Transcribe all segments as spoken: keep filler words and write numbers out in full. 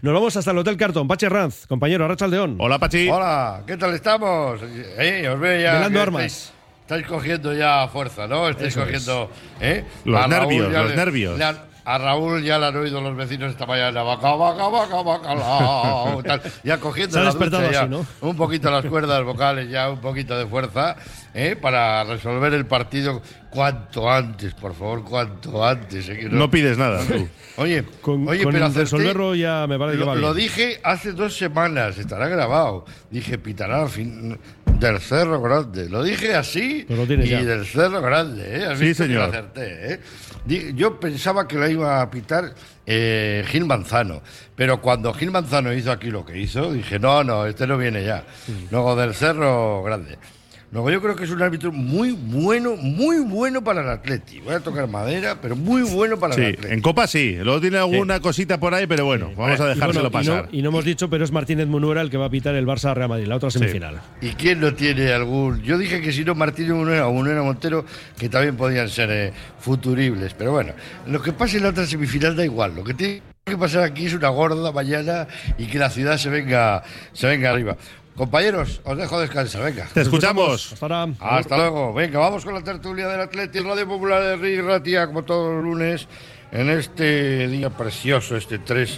Nos vamos hasta el Hotel Carton. Pachi Ranz, compañero, Arratsaldeon. Hola, Pachi. Hola, ¿qué tal estamos? Eh, os veo ya. Velando armas. Estáis, estáis cogiendo ya fuerza, ¿no? Estáis Eso cogiendo. ¿eh? Los A nervios, ya los le- nervios. le han- a Raúl ya le han oído los vecinos esta mañana. Vaca, vaca, vaca, bacalao, tal. Ya cogiendo Se ha la despertado ducha, ya, así, ¿no? un poquito las cuerdas vocales, ya un poquito de fuerza, ¿eh? Para resolver el partido cuanto antes, por favor, cuanto antes. ¿eh? Que No pides nada, tú. Oye, Con, oye, con pero acerté- resolverlo ya me parece que va lo, lo bien. dije hace dos semanas, estará grabado. Dije, pitará al fin del Cerro Grande. Lo dije así Pues lo tienes y ya. del Cerro Grande. ¿eh? ¿Has Sí, visto que señor. lo acerté, ¿eh? Di- Yo pensaba que lo iba a pitar eh, Gil Manzano, pero cuando Gil Manzano hizo aquí lo que hizo, dije, no, no, este no viene ya. Luego del Cerro Grande. Luego yo creo que es un árbitro muy bueno, muy bueno para el Atleti. Voy a tocar madera, pero muy bueno para Sí, el Atleti. en Copa sí. Luego tiene alguna cosita por ahí, pero bueno, vamos a Y dejárselo bueno, y no- pasar. Y no, hemos dicho, pero es Martínez Munuera el que va a pitar el Barça Real Madrid, la otra semifinal. ¿Y quién no tiene algún...? Yo dije que si no Martínez Munera o Munera Montero, que también podían ser eh, futuribles. Pero bueno, lo que pase en la otra semifinal da igual. Lo que tiene que pasar aquí es una gorda mañana y que la ciudad se venga, se venga arriba. Compañeros, os dejo descansar, venga. Te escuchamos. Hasta ahora. Hasta luego. Venga, vamos con la tertulia del Atleti, Radio Popular de Río Ratia, como todos los lunes, en este día precioso, este tres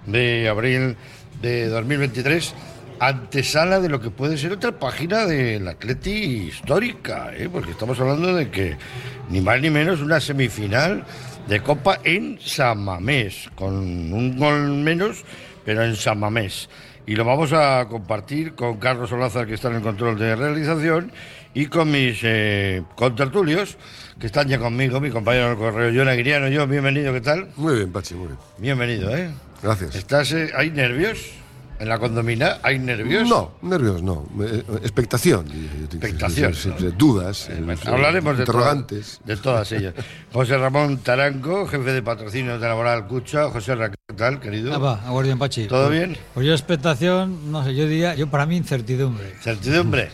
de abril de dos mil veintitrés, antesala de lo que puede ser otra página del Atleti histórica, ¿eh? Porque estamos hablando de que ni más ni menos una semifinal de Copa en San Mamés, con un gol menos, pero en San Mamés. Y lo vamos a compartir con Carlos Olázar, que está en el control de realización, y con mis eh, contertulios, que están ya conmigo, mi compañero del correo, John Aguiriano. Yo, bienvenido, ¿qué tal? Muy bien, Pachi, muy bien. Bienvenido, ¿eh? Gracias. ¿Estás, eh, ¿Hay nervios en la condomina? ¿Hay nervios? No, nervios no. Eh, expectación. diría yo. Expectación, Sí, sí, ¿no? sí, dudas. Eh, bueno, eh, hablaremos de, interrogantes. todas, de todas ellas. José Ramón Taranco, jefe de patrocinio de Laboral Cucha. José Ra- ¿qué tal, querido? Ah, va, aguardián, Pachi. ¿Todo bien? Pues yo expectación, no sé, yo diría, yo para mí incertidumbre. ¿Certidumbre?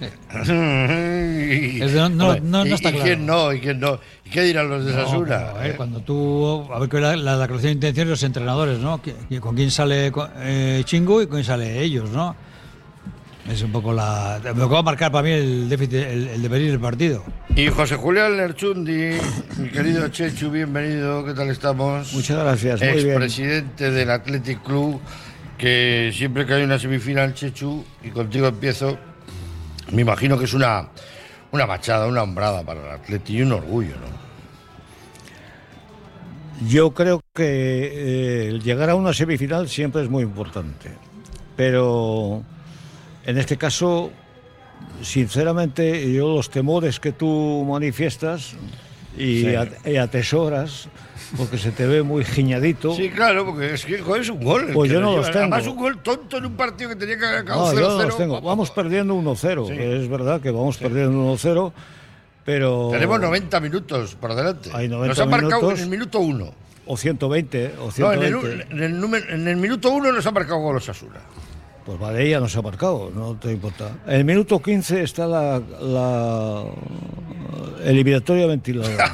y, Es de no- no- Hombre, no- no y- está ¿y claro. quién no? ¿Y quién no? ¿Y qué dirán los de No, Sasuna? pero, a ver, ¿Eh? cuando tú, a ver, que la, la declaración de intenciones de los entrenadores, ¿no? Que- que ¿Con quién sale eh, Chingo y con quién sale ellos, no? Es un poco la, lo que va a marcar para mí el déficit, el, el devenir del partido. Y José Julián Lerchundi, mi querido Chechu, bienvenido, ¿qué tal estamos? Muchas gracias, muy bien. Expresidente del Athletic Club, que siempre que hay una semifinal, Chechu, y contigo empiezo, me imagino que es una, una machada, una hombrada para el Athletic y un orgullo, ¿no? Yo creo que eh, el llegar a una semifinal siempre es muy importante, pero en este caso, sinceramente, yo los temores que tú manifiestas y, Sí. a- y atesoras, porque se te ve muy giñadito. Sí, claro, porque es que joder, es un gol. el Pues que yo no nos los lleva. tengo. Además, un gol tonto en un partido que tenía que haber acabado No, yo cero no cero. los tengo. Vamos perdiendo uno cero, Sí. que es verdad que vamos perdiendo uno cero, pero... Tenemos noventa minutos por delante. Hay noventa nos han marcado minutos. en el minuto uno. O ciento veinte, o No, ciento en el, veinte. en, el número- en el minuto uno nos ha marcado gol Osasuna. Pues vale, ya nos ha marcado, no te importa. En el minuto quince está la, la eliminatoria ventilada.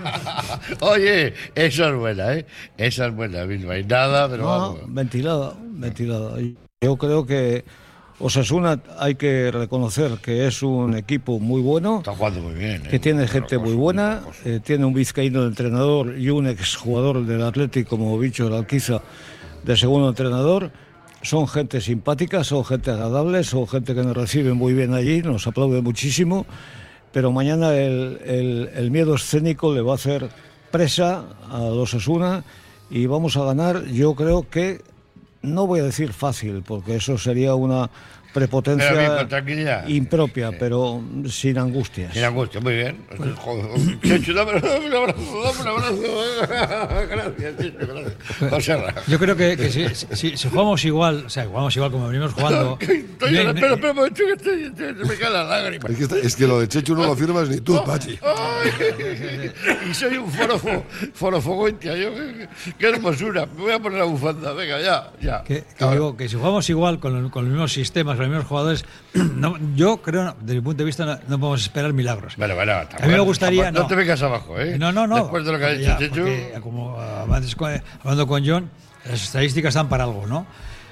Oye, esa es buena, ¿eh? Esa es buena, no hay nada, pero No, vamos. ventilada, ventilada. Yo creo que Osasuna hay que reconocer que es un equipo muy bueno, Está jugando muy bien. ¿eh? que tiene gente muy buena, eh, tiene un vizcaíno de entrenador y un exjugador del Atlético como Bicho de Alquiza de segundo entrenador. Son gente simpática, son gente agradable, son gente que nos recibe muy bien allí, nos aplaude muchísimo, pero mañana el, el, el miedo escénico le va a hacer presa a los Osasuna y vamos a ganar, yo creo que, no voy a decir fácil, porque eso sería una Pero bien, prepotencia con tranquilidad. impropia, Sí. pero sin angustias. Sin angustia, muy bien. Joder, Chechu, dame, dame un abrazo, dame un abrazo. Gracias, Chechu, gracias. José Ra. Yo creo que, que si, si, si jugamos igual, o sea, jugamos igual como venimos jugando. Estoy no hay- llorando, espera, espera un momento, que estoy, estoy- se me cae la lágrima. Es que, está- es que lo de Chechu no lo firmas ni tú, Pachi. Ay, y soy un forofo, forofogoitia, yo, qué, qué hermosura. Me voy a poner la bufanda, venga, ya, ya. Que, que digo que si jugamos igual con, lo- con los mismos sistemas, con los mismos jugadores, no, yo creo, desde mi punto de vista, no, no podemos esperar milagros. Bueno, bueno, A mí me gustaría, No, no. te vengas abajo, ¿eh? No, no, no. Después de lo que ha porque dicho ya, Chechu. porque, como ah, antes con- hablando con John, las estadísticas están para algo, ¿no?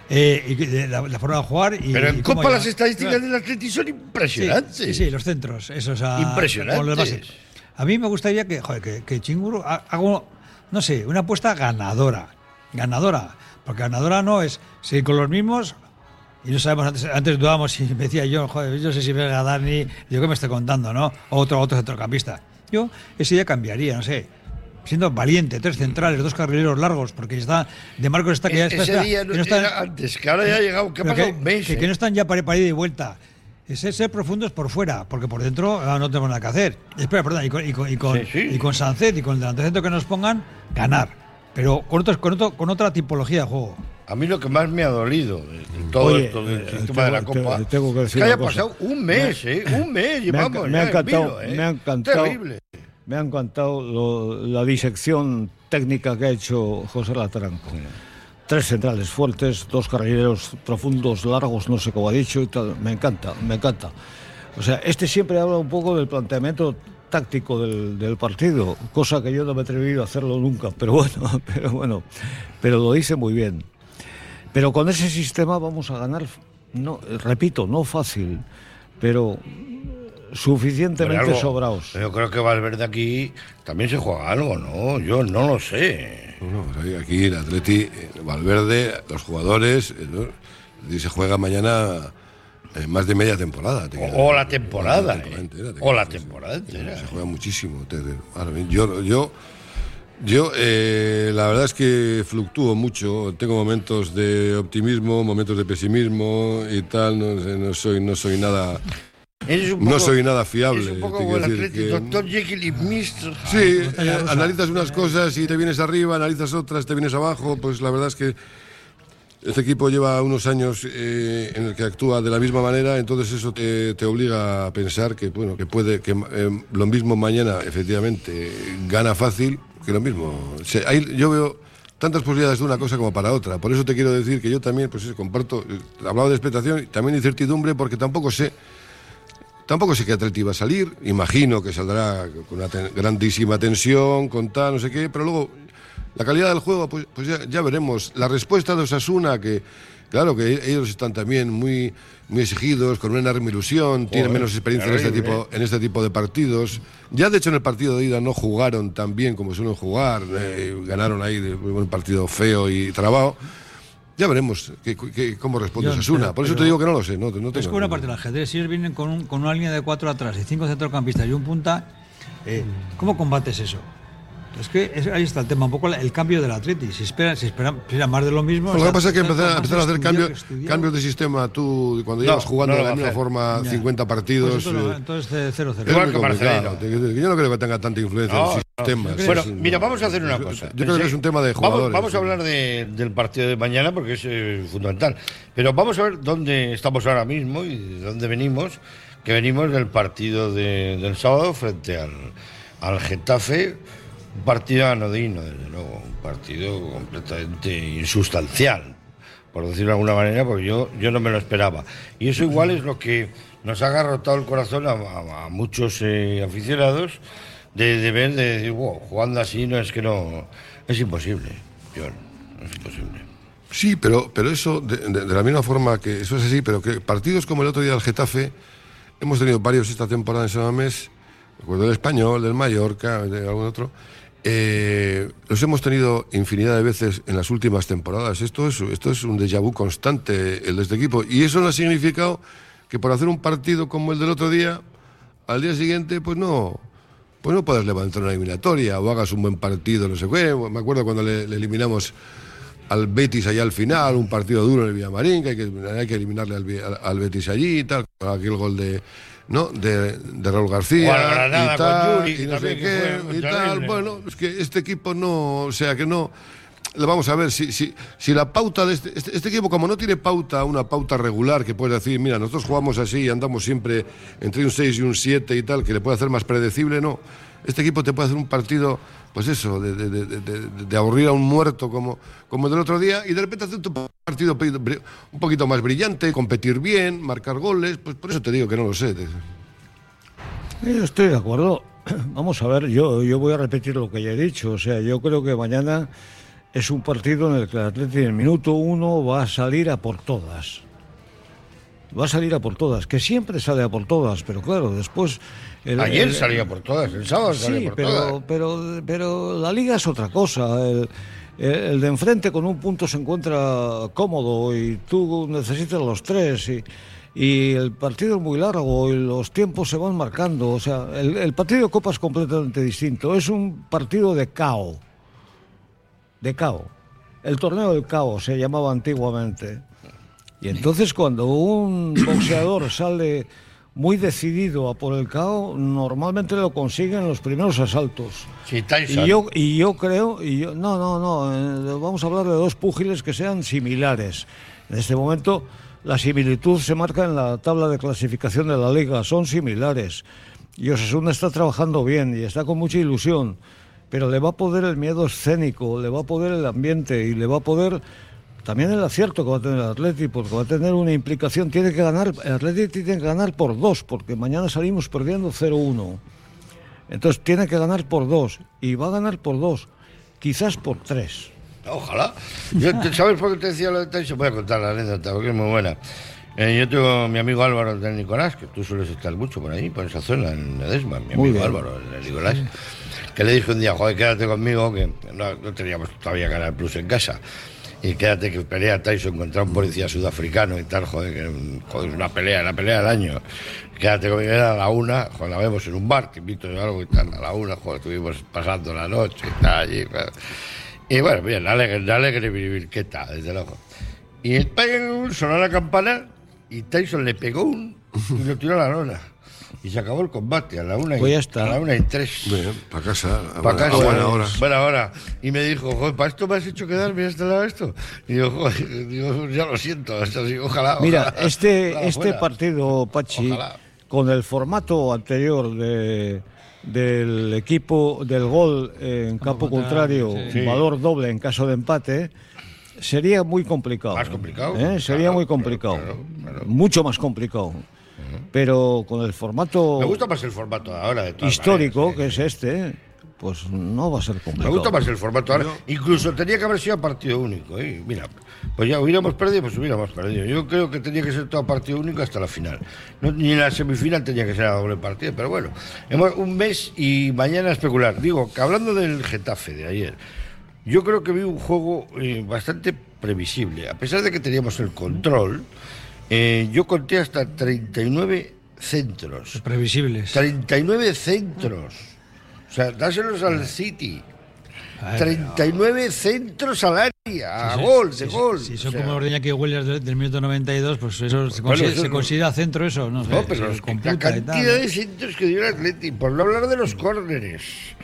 Eh, y de la, la forma de jugar. Y, Pero y en cómo Copa llega. las estadísticas Claro. del Atleti son Sí, impresionantes. sí, sí, los centros, esos a, Impresionantes. con los básicos. A mí me gustaría que, joder, que, que Chinguru ha- haga, no sé, una apuesta ganadora. Ganadora. Porque ganadora no es seguir con los mismos. Y no sabemos, antes, antes dudábamos y me decía yo, joder, yo no sé si voy a Dani, yo qué me estoy contando, ¿no? Otro, otro centrocampista. Yo ese día cambiaría, no sé. Siendo valiente, tres centrales, dos carrileros largos, porque está de Marcos está que ya está. Ese está- día que no, no está- era antes, que ahora ya ha llegado. ¿Qué pero pasa? que, Un mes. que, eh. que no están ya para, para ir de vuelta. Ese ser profundos por fuera, porque por dentro ah, no tenemos nada que hacer. Espera, perdón, y con, y con, y con, Sí, sí. y con Sánchez y con el delantero centro que nos pongan, ganar. Pero con, otros, con, otro, con otra tipología de juego. A mí lo que más me ha dolido de todo Oye, esto del eh, sistema de la tengo- Copa te- tengo que es decir que haya una cosa. pasado un mes, ¿eh? Un mes Me ha, llevamos. me ha ya en encantado, vilo, ¿eh? me ha encantado, Terrible. me ha encantado lo- la disección técnica que ha hecho José Latranco. Tres centrales fuertes, dos carrileros profundos, largos, no sé cómo ha dicho y tal. Me encanta, me encanta. O sea, este siempre habla un poco del planteamiento táctico del, del partido, cosa que yo no me he atrevido a hacerlo nunca, pero bueno, pero bueno, pero lo dice muy bien. Pero con ese sistema vamos a ganar, no, repito, no fácil, pero suficientemente Pero algo- sobraos. Yo creo que Valverde aquí también se juega algo, ¿no? Yo no lo sé. No, o sea, aquí el Atleti, eh, Valverde, los jugadores, eh, ¿no? Y se juega mañana eh, más de media temporada. te queda- O, o la temporada, la temporada ¿eh? entera, te O la queda- temporada entera. Se juega muchísimo. te- te- ahora bien, yo, yo, yo eh, la verdad es que fluctúo mucho. Tengo momentos de optimismo, momentos de pesimismo y tal. No, sé, no soy, no soy nada, Eres un no poco- soy nada fiable. Es un poco te como el quiero decir Atleti, que- doctor Jekyll y mister Sí, eh, analizas unas cosas y te vienes arriba, analizas otras, te vienes abajo. Pues la verdad es que este equipo lleva unos años eh, en el que actúa de la misma manera, entonces eso te, te obliga a pensar que bueno, que puede que eh, lo mismo mañana efectivamente gana fácil que lo mismo. O sea, ahí yo veo tantas posibilidades de una cosa como para otra. Por eso te quiero decir que yo también, pues comparto, eh, hablaba de expectación y también de incertidumbre porque tampoco sé. Tampoco sé qué Atleti va a salir, imagino que saldrá con una ten- grandísima tensión, con tal, no sé qué, pero luego la calidad del juego, pues, pues ya, ya veremos. La respuesta de Osasuna, que claro que ellos están también muy, muy exigidos, con una enorme ilusión, tienen menos experiencia en este, terrible. tipo, en este tipo de partidos. Ya de hecho en el partido de ida no jugaron tan bien como suelen jugar, eh, ganaron ahí de- un partido feo y trabado. Ya veremos que, que- cómo responde Yo, Osasuna. pero- Por eso te pero- digo que no lo sé. No, no tengo Es que una parte del ajedrez, si ellos vienen con, un- con una línea de cuatro atrás y cinco centrocampistas y un punta, eh, ¿cómo combates eso? Es que es- ahí está el tema, un poco la- el cambio del Atleti. Si esperan, si esperan, si esperan más de lo mismo. Pues lo que pasa es que está- empezar, está empezar a hacer más cambios, estudiado, estudiado. cambios de sistema, tú cuando No, llevas jugando no lo de la va a misma hacer. forma Ya. cincuenta partidos, Pues eso no, eh, entonces eh, cero cero. es Igual muy que complicado. Marcelino. Te quiero decir que Yo no creo que tenga tanta influencia No, en no. el sistema. Yo Bueno, Sí, sí, mira, no. vamos a hacer una cosa. Yo creo que es un tema de Vamos- jugadores. Vamos, a hablar de- del partido de mañana porque es eh, fundamental. Pero vamos a ver dónde estamos ahora mismo y de dónde venimos. Que venimos del partido de- del sábado frente al, al Getafe. Un partido anodino, desde luego. Un partido completamente insustancial, por decirlo de alguna manera, porque yo, yo no me lo esperaba. Y eso igual es lo que nos ha agarrotado el corazón a, a- a muchos eh, aficionados de, de ver, de decir, wow, jugando así no es que no... Es imposible, John, es imposible. Sí, pero, pero eso, de, de- de la misma forma que eso es así, pero que partidos como el otro día del Getafe, hemos tenido varios esta temporada en San Mamés, recuerdo del Español, del Mallorca, de algún otro, eh, los hemos tenido infinidad de veces en las últimas temporadas. Esto es, esto es un déjà vu constante, el de este equipo, y eso no ha significado que por hacer un partido como el del otro día, al día siguiente, pues no... Pues no puedes levantar una eliminatoria o hagas un buen partido, no sé qué. Me acuerdo cuando le, le eliminamos al Betis allá al final, un partido duro en el Villamarín, que hay que, hay que eliminarle al, Vi- al, al Betis allí y tal, aquel gol de, ¿no? de, de Raúl García O al Granada y tal, con Yuri, y no sé también, que qué, fue y tal. terrible. Bueno, es que este equipo no, o sea que no... le Vamos a ver, si, si, si la pauta de este, este, este equipo, como no tiene pauta, una pauta regular, que puedes decir, mira, nosotros jugamos así y andamos siempre entre un seis y un siete y tal, que le puede hacer más predecible, no. Este equipo te puede hacer un partido, pues eso, de, de, de, de, de aburrir a un muerto como, como el del otro día y de repente hacer un partido un poquito más brillante, competir bien, marcar goles, pues por eso te digo que no lo sé. Yo estoy de acuerdo. Vamos a ver, yo, yo voy a repetir lo que ya he dicho. O sea, yo creo que mañana es un partido en el que el Atleti en el minuto uno va a salir a por todas. Va a salir a por todas, que siempre sale a por todas, pero claro, después... El, Ayer el, salía por todas, el sábado sí, salía por pero, todas. pero, pero la Liga es otra cosa. El, el de enfrente con un punto se encuentra cómodo y tú necesitas los tres y, y el partido es muy largo y los tiempos se van marcando. O sea, el, el partido de Copa es completamente distinto. Es un partido de cao. De cao. El torneo del cao se llamaba antiguamente. Y entonces cuando un boxeador sale muy decidido a por el cao, normalmente lo consigue en los primeros asaltos. Sí, Tyson. Y yo, y yo creo, y yo, no, no, no, eh, vamos a hablar de dos púgiles que sean similares. En este momento la similitud se marca en la tabla de clasificación de la Liga, son similares. Y Osasuna está trabajando bien y está con mucha ilusión, pero le va a poder el miedo escénico, le va a poder el ambiente y le va a poder... También el acierto que va a tener el Atleti, porque va a tener una implicación, tiene que ganar, el Atleti tiene que ganar por dos, porque mañana salimos perdiendo cero uno. Entonces tiene que ganar por dos, y va a ganar por dos, quizás por tres. Ojalá. Yo, ¿sabes por qué te decía lo de Tyson? Voy a contar la anécdota, porque es muy buena. Eh, yo tengo a mi amigo Álvaro del Nicolás, que tú sueles estar mucho por ahí, por esa zona, en Edesma, mi Muy amigo bien. Álvaro del Nicolás, que le dije un día, joder, quédate conmigo, que no, no teníamos todavía Canal Plus en casa. Y quédate que pelea Tyson contra un policía sudafricano y tal, joder, que joder, una pelea, la pelea del año. Quédate conmigo, era a la una, joder, la vemos en un bar, te invito a algo y tal, a la una, joder, estuvimos pasando la noche y tal, allí, joder. Y bueno, bien, alegre, alegre vivir, ¿qué tal? Desde luego. Y el Tyson sonó la campana y Tyson le pegó un y lo tiró a la lona. Y se acabó el combate a la una y, Pues ya está. a la una y tres. Bien, para casa, a Para buena- casa, a buena hora. buena hora. Y me dijo, joder, ¿para esto me has hecho quedarme hasta lado esto? Y digo, joder, digo, ya lo siento, o sea, sí, ojalá. Mira, ojalá, este, ojalá este fuera. partido, Pachi, Ojalá. con el formato anterior de, del equipo del gol en campo contrario, sí. valor doble en caso de empate, sería muy complicado. Más complicado. ¿Eh? Sería Claro, muy complicado. claro, claro. Mucho más complicado. Pero con el formato Me gusta más el formato de ahora, de todas histórico, maneras, que sí. es este, pues no va a ser Me complicado. gusta más el formato ahora. Incluso tenía que haber sido a partido único. ¿eh? Mira, pues ya hubiéramos perdido, pues hubiéramos perdido. Yo creo que tenía que ser todo a partido único hasta la final. No, ni en la semifinal tenía que ser a doble partido, pero bueno, hemos un mes y mañana especular. Digo, que hablando del Getafe de ayer, yo creo que vi un juego eh, bastante previsible. A pesar de que teníamos el control, eh, yo conté hasta treinta y nueve centros. Previsibles. treinta y nueve centros. O sea, dáselos al City. A ver, treinta y nueve centros al área, a Si gol, son- de si- gol. Si son O sea, como los de Iñaki Williams del, del minuto noventa y dos, pues eso se, Bueno, considera, eso se no- considera centro, eso, no sé. no, pero se los- computa la y tal, cantidad ¿no? de centros que dio el Atleti, por no hablar de los córneres.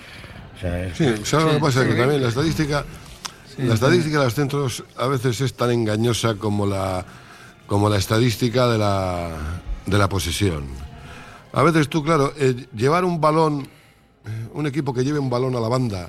O sea, es- Sí, ¿sabes lo que pasa? Que también la estadística, la estadística de los centros a veces es tan engañosa como la, como la estadística de la, de la posesión. A veces tú, claro, eh, llevar un balón, eh, un equipo que lleve un balón a la banda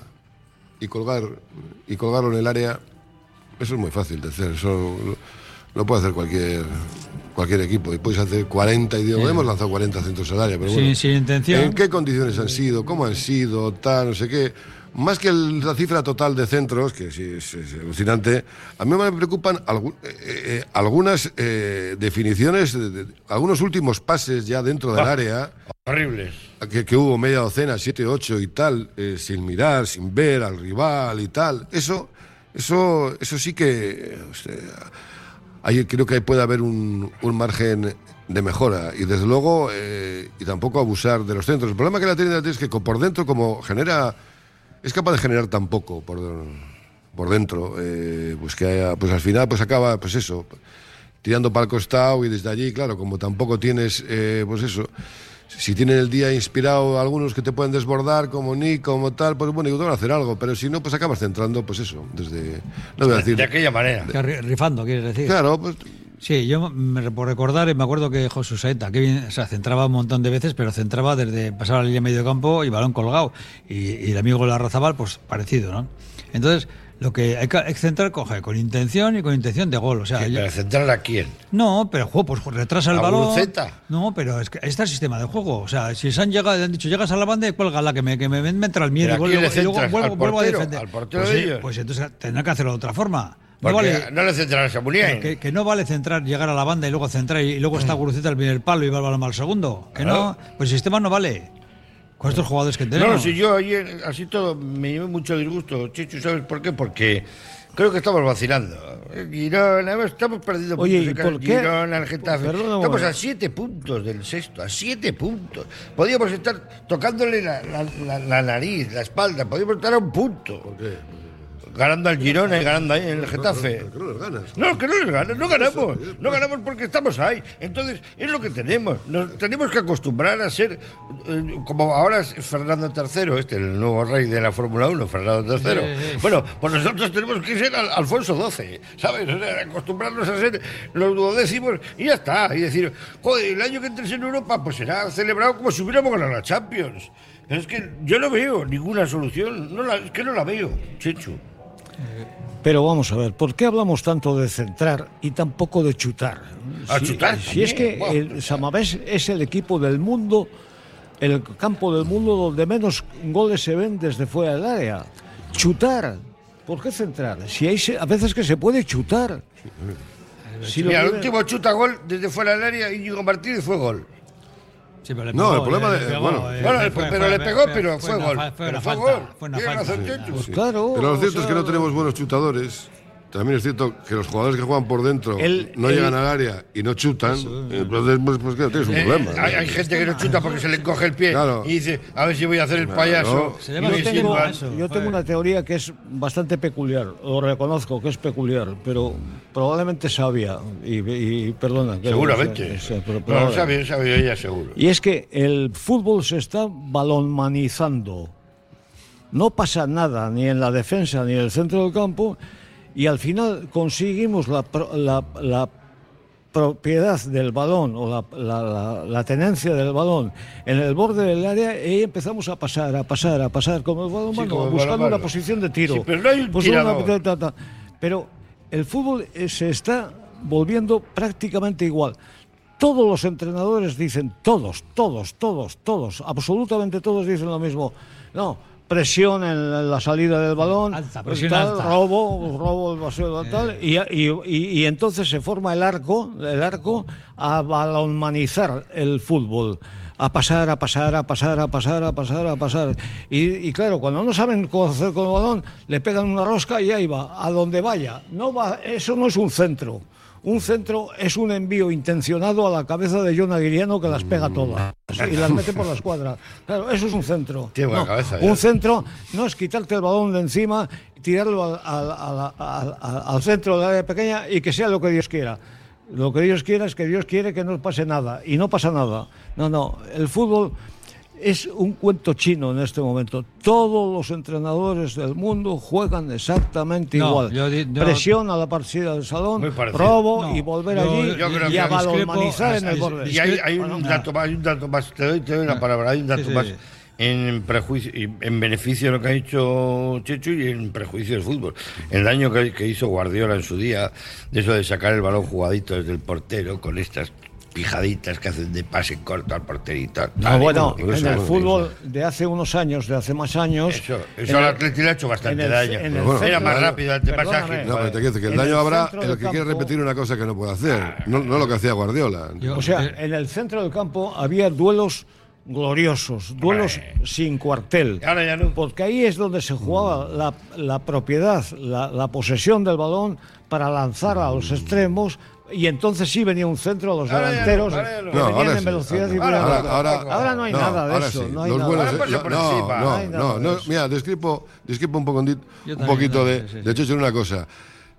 y colgar y colgarlo en el área, eso es muy fácil de hacer. Eso lo, lo puede hacer cualquier cualquier equipo. Y puedes hacer cuarenta y digo, hemos lanzado cuarenta centros al área, pero Sin- bueno, sin intención. ¿en qué condiciones han sido? ¿Cómo han sido? Tal, no sé qué. Más que el- la cifra total de centros, que sí es, es alucinante, a mí me preocupan algu- eh, eh, algunas eh, definiciones, de- de- algunos últimos pases ya dentro del Ah. área, horribles. que, que hubo media docena, siete, ocho y tal, eh, sin mirar, sin ver al rival y tal. Eso, eso, eso sí que, eh, o sea, ahí creo que puede haber un, un margen de mejora y desde luego eh, y tampoco abusar de los centros. El problema que la tiene es que co- por dentro como genera, es capaz de generar tan poco por, por dentro, eh, pues que haya, pues al final pues acaba, pues eso, tirando para el costado y desde allí, claro, como tampoco tienes, eh, pues eso, si tienen el día inspirado algunos que te pueden desbordar, como Nick, como tal, pues bueno, digo, te van a hacer algo, pero si no, pues acabas centrando, pues eso, desde, no voy a decir, De aquella manera. Que ri- Rifando, quieres decir. claro, pues Sí, yo me, por recordar, me acuerdo que Josu Saeta, que bien, o sea, centraba un montón de veces, pero centraba desde pasar a la línea de medio campo y balón colgado. Y, y el amigo Larrazabal, pues parecido, ¿no? Entonces, Lo que hay que, hay que centrar, coge, con intención y con intención de gol. O sea, ¿Para centrar a quién? No, pero juego, pues retrasa el ¿A balón. Guruceta? No, pero es que este es el sistema de juego. O sea, si se han llegado, han dicho, llegas a la banda y cuélgala, que me, que me entra el miedo y ¿Pero a quién le vuelvo, y luego centras? vuelvo, ¿Al vuelvo a portero? defender. ¿Al portero pues, de sí, ellos? pues entonces tendrá que hacerlo de otra forma. No Porque vale, no le centran a Samuniain. que, que no vale centrar, llegar a la banda y luego centrar y, y luego está Guruceta al primer palo y va el balón al segundo. Que Claro. no, pues el sistema no vale. Con estos jugadores que tenemos. No, si yo ayer, así todo, me llevé mucho disgusto, Chichu, ¿sabes por qué? Porque creo que estamos vacilando. El Girona, estamos perdiendo Oye, puntos. ¿y el por qué? Girona, el Getafe. Perdona un Estamos momento. a siete puntos del sexto, a siete puntos. Podíamos estar tocándole la, la, la, la nariz, la espalda, podíamos estar a un punto. ¿Por qué? Ganando al Girona y ganando ahí en el Getafe. No, no, no, que no les ganas. No, que no les ganas, no ganamos, no ganamos porque estamos ahí. Entonces, es lo que tenemos. Nos tenemos que acostumbrar a ser, eh, como ahora es Fernando tercero, este, el nuevo rey de la Fórmula uno, Fernando tercero. Sí, sí. Bueno, pues nosotros tenemos que ser Al- Alfonso doce, ¿sabes? O sea, acostumbrarnos a ser los duodécimos y ya está. Y decir, joder, el año que entres en Europa, pues será celebrado como si hubiéramos ganado la Champions. Pero es que yo no veo ninguna solución, no la, es que no la veo, Chechu. Pero vamos a ver, ¿por qué hablamos tanto de centrar y tampoco de chutar? A si, chutar si es que también, el Samamés es el equipo del mundo, el campo del mundo donde menos goles se ven desde fuera del área. Chutar, ¿por qué centrar? Si hay se- a veces que se puede chutar. Si lo Mira, el viene- último chuta gol desde fuera del área, Íñigo Martínez fue gol. Sí, pero le No, el pegó, problema le de- pegó, bueno. eh, Bueno, fue- pero fue- le fue- pegó, pero fue fue una gol. fa- Fue Pero una fue falta. gol. Fue una Tiene falta. razón, Chechu. Pues claro. Pero lo o cierto es que sea, no tenemos buenos chutadores. También es cierto que los jugadores que juegan por dentro El- no el- llegan al área y no chutan. Entonces, pues, pues claro, tienes un Eh, problema. hay, hay gente que no chuta porque se le encoge el pie Claro. y dice, a ver si voy a hacer el payaso. Se le y va me el Yo tengo- tengo, silban. eso, yo tengo joder. una teoría que es bastante peculiar, lo reconozco que es peculiar, pero probablemente sabia, y, y- perdona. que- Seguramente. sí, sí, pero- pero No, ahora- sabe, sabe ella seguro. Y es que el fútbol se está balonmanizando. No pasa nada ni en la defensa ni en el centro del campo y al final conseguimos la, pro- la- la propiedad del balón o la, la- la- la tenencia del balón en el borde del área y empezamos a pasar, a pasar, a pasar como el balón Sí, mano, como el buscando balonmano. una posición de tiro. Sí, pero no hay un Pues tirador. ta, ta, ta. Pero el fútbol eh, se está volviendo prácticamente igual. Todos los entrenadores dicen, todos, todos, todos, todos, absolutamente todos dicen lo mismo. No, presión en la salida del balón, Alta, presión tal, alta. robo, robo el baseo, tal, y, y, y- y entonces se forma el arco, el arco a balonmanizar el fútbol. A pasar, a pasar, a pasar, a pasar, a pasar, a pasar. Y, y claro, cuando no saben cómo hacer con el balón, le pegan una rosca y ahí va, a donde vaya. No va, eso no es un centro. Un centro es un envío intencionado a la cabeza de John Aguiriano que las pega todas y las mete por la escuadra. Claro, eso es un centro. Tiene buena No, cabeza, ya. un centro no es quitarte el balón de encima y tirarlo al, al- al- al- al- al centro del área pequeña y que sea lo que Dios quiera. Lo que Dios quiera es que Dios quiere que no pase nada y no pasa nada. No, no, el fútbol es un cuento chino en este momento. Todos los entrenadores del mundo juegan exactamente No, igual. yo di- yo- Presión a la partida del salón, Muy parecido. robo No, y volver yo- allí yo creo y que a discrepo balonmanizar en el hasta- borde. Y hay, hay un Bueno, dato más, hay un dato más, te doy, te doy la palabra, hay un dato Sí, sí. más en prejuicio, y en beneficio de lo que ha dicho Chechu y en prejuicio del fútbol. El daño que, que hizo Guardiola en su día, de eso de sacar el balón jugadito desde el portero con estas pijaditas que hacen de pase corto al porterito. No, tal, y bueno, como- en eso, el eso. fútbol de hace unos años, de hace más años. Eso, en eso al el- Atleti le ha hecho bastante en el- daño. en el Pero centro- Era más rápido el Perdóname. pasaje. No, pero te quiero decir que el En daño el habrá centro el del que quiere campo- repetir una cosa que no puede hacer. No, no lo que hacía Guardiola. Yo- O sea, eh, en el centro del campo había duelos gloriosos, duelos sin cuartel. Ahora ya no. Porque ahí es donde se jugaba la, la propiedad, la, la posesión del balón para lanzar a los extremos. Y entonces sí venía un centro a los Ahora ya no, delanteros ahora ya no. que No, venían ahora en sí. velocidad y Ahora- venían- ahora- ahora no hay nada de ahora eso. sí. No hay Los nada. buenos- Ahora pasa por no, encima. no, No hay nada no, de no, eso. mira, discrepo, discrepo un, poco, un Yo también, poquito yo de, también, sí, sí. de Chechu en una cosa.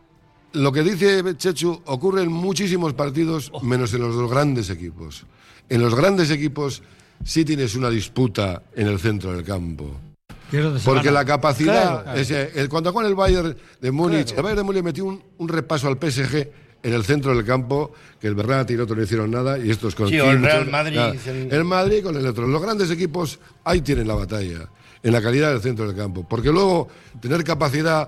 Lo que dice Chechu ocurre en muchísimos partidos, menos en los dos grandes equipos. En los grandes equipos sí tienes una disputa en el centro del campo. que es donde se Porque gana. la capacidad, Claro, claro. ese- el, cuando con el Bayern de Múnich, el Bayern de Múnich metió un, un repaso al P S G en el centro del campo, que el Berratti y el otro no hicieron nada, y estos con Sí, o el Kimmich, Real Madrid, ah, el- el Madrid con el otro. Los grandes equipos ahí tienen la batalla, en la calidad del centro del campo. Porque luego tener capacidad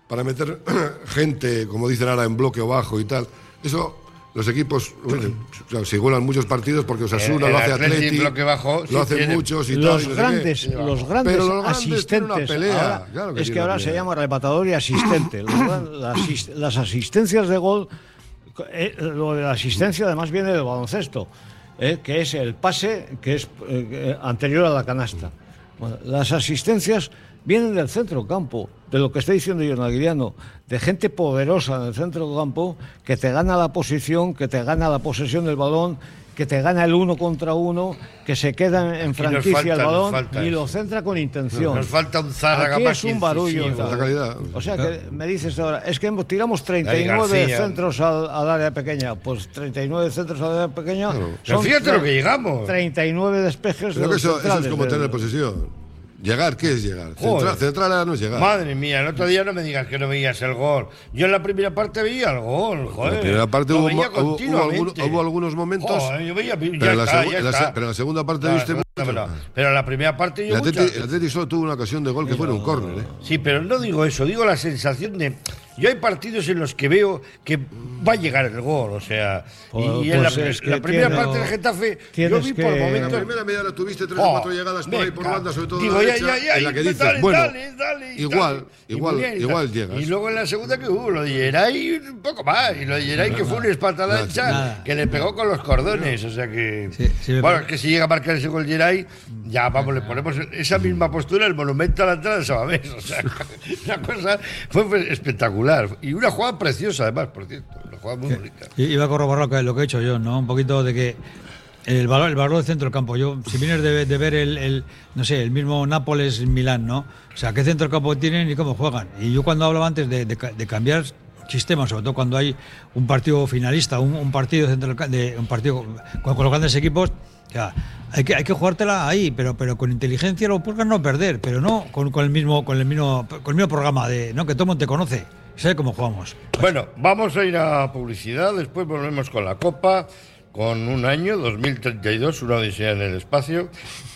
para meter gente, como dicen ahora, en bloque o bajo y tal. Eso, los equipos, bueno, se igualan muchos partidos porque Osasuna el, lo hace Atleti, Atleti, bloque bajo, lo sí hacen tiene, muchos y los tal. Y grandes, no sé los grandes Pero los grandes asistentes. tienen una pelea. Ahora, Claro que es que tienen ahora una se pelea. llama rematador y asistente. Los gran- las, las asistencias de gol, eh, lo de la asistencia además viene del baloncesto, eh, que es el pase que es eh, anterior a la canasta. Bueno, las asistencias vienen del centro campo, de lo que está diciendo Jon Aguiriano, de gente poderosa en el centro campo que te gana la posición, que te gana la posesión del balón, que te gana el uno contra uno, que se queda en Aquí nos franquicia falta, el nos balón falta y eso. lo centra con intención. Nos falta un Zárraga Aquí más es un barullo. incisivo. tal. Falta calidad. O sea que me dices ahora, es que hemos- tiramos treinta y Ahí nueve García. centros al, al área pequeña. Pues treinta y nueve centros al área pequeña. Claro. Pero fíjate tre- lo que llegamos. treinta y nueve despejes. Pero de que los eso, eso es centrales como del- tener posesión. Llegar, ¿qué es llegar? Joder. Central, central no es llegar. Madre mía, el otro día no me digas que no veías el gol. Yo en la primera parte veía el gol, joder. En la primera parte Lo hubo, veía hubo- hubo continuamente. algunos, hubo algunos momentos. Joder, yo veía, ya pero, en la está, segu- ya en la se- está. pero en la segunda parte No, viste no, mucho. pero, pero en la primera parte yo El Atleti, muchas- el Atleti solo tuvo una ocasión de gol que fue en un córner. ¿eh? Sí, pero no digo eso, digo la sensación de... Yo hay partidos en los que veo que va a llegar el gol, o sea... Pues- y en la, pues es que la primera tiene- parte del Getafe, yo tienes vi que- por En la momentos... primera media hora tuviste tres Oh, o cuatro llegadas por ahí por venga. banda, sobre todo Digo, en la ya, derecha, ya, ya, en la que y dices, dale, bueno, dale, dale, igual, dale. Y igual, muy bien, y igual tal. llegas. Y luego en la segunda que hubo, lo de Geray un poco más, y lo de Geray que fue una espatada ancha Nada. que le pegó con los cordones, o sea que... Sí, sí, me bueno, parece- es que si llega a marcar ese gol Geray, ya vamos, le ponemos esa misma postura, el monumento a la entrada de Sabamés, o sea, una cosa fue fue espectacular. Y una jugada preciosa además, por cierto, una jugada muy bonita. I- Iba a corroborar lo que, lo que he hecho yo, ¿no? Un poquito de que el valor, el valor del centro del campo. Yo, si vienes de, de ver el, el, no sé, el mismo Nápoles-Milán, ¿no? O sea, qué centro del campo tienen y cómo juegan. Y yo cuando hablaba antes de, de, ca- de cambiar sistemas, sobre todo cuando hay un partido finalista, un, un partido central, de un partido con, con los grandes equipos, o sea, hay que hay que jugártela ahí, pero pero con inteligencia lo buscas no perder, pero no con, con el mismo con el mismo con el mismo programa de, ¿no? Que todo el mundo te conoce, sabe cómo jugamos. Bueno, vamos a ir a publicidad, después volvemos con la Copa, con un año, dos mil treinta y dos, una odisea en el espacio,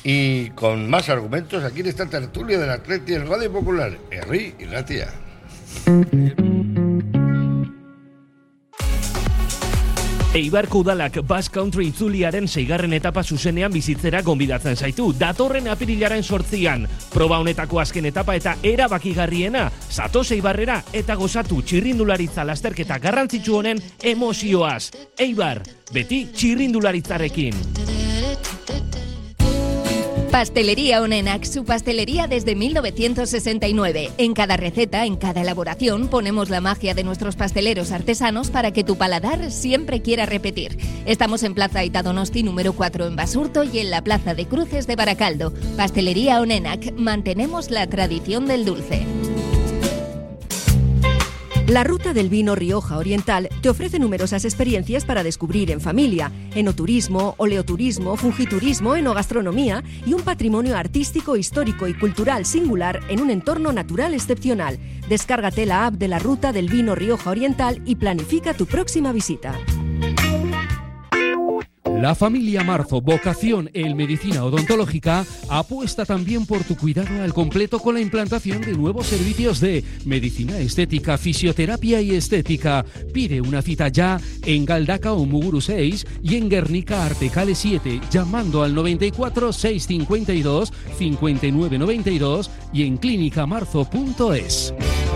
y con más argumentos aquí en esta tertulia del Atleti en Radio Popular, Herri y Ratia. Eibarko udalak Basque Country itzuliaren seigarren etapa zuzenean bizitzera gonbidatzen zaitu. Datorren apirilaren sortzian. Proba honetako azken etapa eta erabakigarriena. Zatoz Eibarrera eta gozatu txirrindularitza lasterketa garrantzitsu honen emozioaz. Eibar, beti txirrindularitzarekin. Pastelería Onenak, su pastelería desde mil novecientos sesenta y nueve. En cada receta, en cada elaboración, ponemos la magia de nuestros pasteleros artesanos para que tu paladar siempre quiera repetir. Estamos en Plaza Aita Donosti número cuatro en Basurto y en la Plaza de Cruces de Baracaldo. Pastelería Onenak, mantenemos la tradición del dulce. La Ruta del Vino Rioja Oriental te ofrece numerosas experiencias para descubrir en familia, enoturismo, oleoturismo, fungiturismo, enogastronomía y un patrimonio artístico, histórico y cultural singular en un entorno natural excepcional. Descárgate la app de la Ruta del Vino Rioja Oriental y planifica tu próxima visita. La familia Marzo, vocación en medicina odontológica, apuesta también por tu cuidado al completo con la implantación de nuevos servicios de medicina estética, fisioterapia y estética. Pide una cita ya en Galdakao Muguru seis y en Guernica Artecale siete, llamando al noventa y cuatro, seiscientos cincuenta y dos, cincuenta y nueve noventa y dos y en clínica marzo punto es.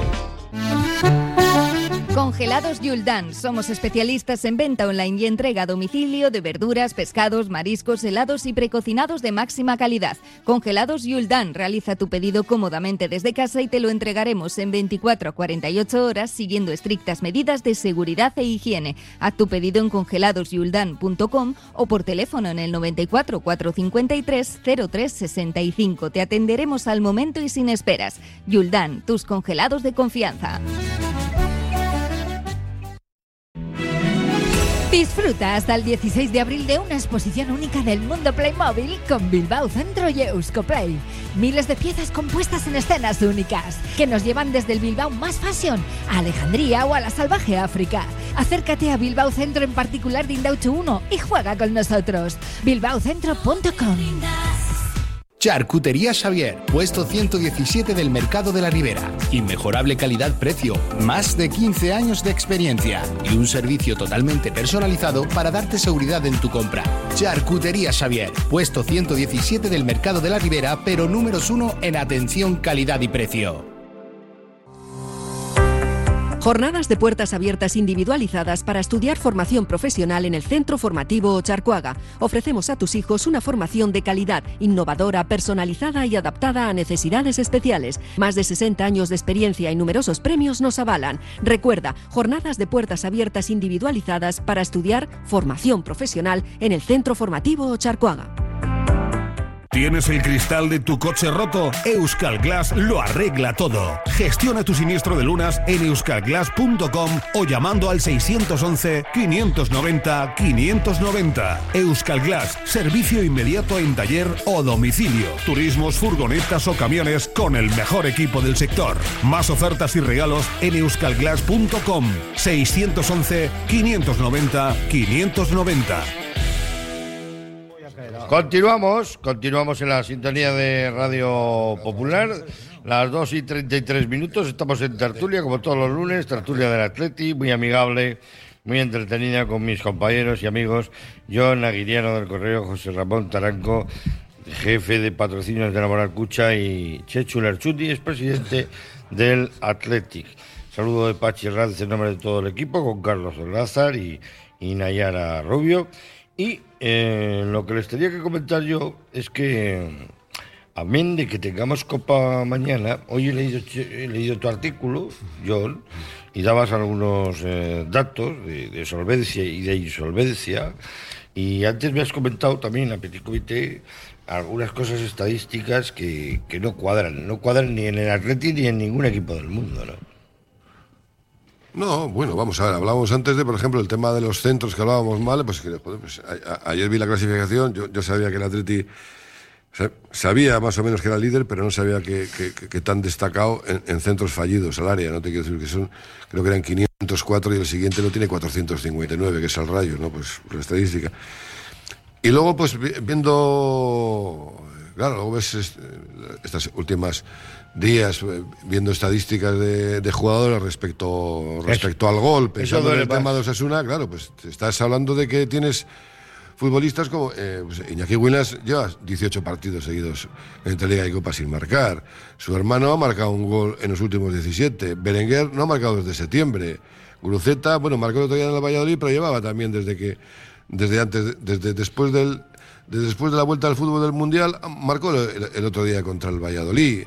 Congelados Yuldan. Somos especialistas en venta online y entrega a domicilio de verduras, pescados, mariscos, helados y precocinados de máxima calidad. Congelados Yuldan. Realiza tu pedido cómodamente desde casa y te lo entregaremos en veinticuatro a cuarenta y ocho horas siguiendo estrictas medidas de seguridad e higiene. Haz tu pedido en congelados yuldan punto com o por teléfono en el noventa y cuatro, cuatrocientos cincuenta y tres, cero tres sesenta y cinco. Te atenderemos al momento y sin esperas. Yuldan, tus congelados de confianza. Disfruta hasta el dieciséis de abril de una exposición única del mundo Playmobil con Bilbao Centro y Euskoplay. Miles de piezas compuestas en escenas únicas que nos llevan desde el Bilbao más fashion a Alejandría o a la salvaje África. Acércate a Bilbao Centro en particular de Indauchu uno y juega con nosotros. bilbao centro punto com. Charcutería Xavier, puesto ciento diecisiete del Mercado de la Ribera. Inmejorable calidad-precio, más de quince años de experiencia y un servicio totalmente personalizado para darte seguridad en tu compra. Charcutería Xavier, puesto ciento diecisiete del Mercado de la Ribera, pero números uno en atención, calidad y precio. Jornadas de puertas abiertas individualizadas para estudiar formación profesional en el Centro Formativo Ocharcoaga. Ofrecemos a tus hijos una formación de calidad, innovadora, personalizada y adaptada a necesidades especiales. Más de sesenta años de experiencia y numerosos premios nos avalan. Recuerda, jornadas de puertas abiertas individualizadas para estudiar formación profesional en el Centro Formativo Ocharcoaga. ¿Tienes el cristal de tu coche roto? Euskal Glass lo arregla todo. Gestiona tu siniestro de lunas en euskal glass punto com o llamando al seiscientos once, quinientos noventa, quinientos noventa. Euskal Glass, servicio inmediato en taller o domicilio. Turismos, furgonetas o camiones con el mejor equipo del sector. Más ofertas y regalos en euskal glass punto com. seiscientos once, quinientos noventa, quinientos noventa. Continuamos, continuamos en la sintonía de Radio Popular, las dos y treinta y tres minutos, estamos en tertulia, como todos los lunes, tertulia del Atleti, muy amigable, muy entretenida con mis compañeros y amigos, John Aguiriano del Correo, José Ramón Taranco, jefe de patrocinios de la Moralcucha, y Chechu Lerchuti, es presidente del Athletic. Saludo de Pachi Ranz en nombre de todo el equipo, con Carlos Lázaro y, y Nayara Rubio. Y eh, lo que les tenía que comentar yo es que, amén de que tengamos Copa mañana, hoy he leído, he leído tu artículo, John, y dabas algunos eh, datos de, de solvencia y de insolvencia, y antes me has comentado también a Petit Comité algunas cosas estadísticas que, que no cuadran, no cuadran ni en el Atleti ni en ningún equipo del mundo, ¿no? No, bueno, vamos a ver, hablábamos antes de, por ejemplo, el tema de los centros que hablábamos mal, pues, que, pues a, a, ayer vi la clasificación, yo, yo sabía que el Atleti, sabía más o menos que era líder, pero no sabía que, que, que, que tan destacado en, en centros fallidos al área, no te quiero decir que son, creo que eran quinientos cuatro y el siguiente lo tiene cuatrocientos cincuenta y nueve, que es el Rayo, ¿no? Pues la estadística. Y luego, pues viendo, claro, luego ves estas últimas días viendo estadísticas de, de jugadores respecto respecto al gol, pensando en el tema de Osasuna, claro, pues estás hablando de que tienes futbolistas como eh, pues Iñaki Williams lleva dieciocho partidos seguidos entre Liga y Copa sin marcar. Su hermano ha marcado un gol en los últimos diecisiete. Berenguer no ha marcado desde septiembre. Guruceta, bueno, marcó el otro día en el Valladolid, pero llevaba también desde que desde antes, desde después del desde después de la vuelta al fútbol del Mundial, marcó el, el otro día contra el Valladolid.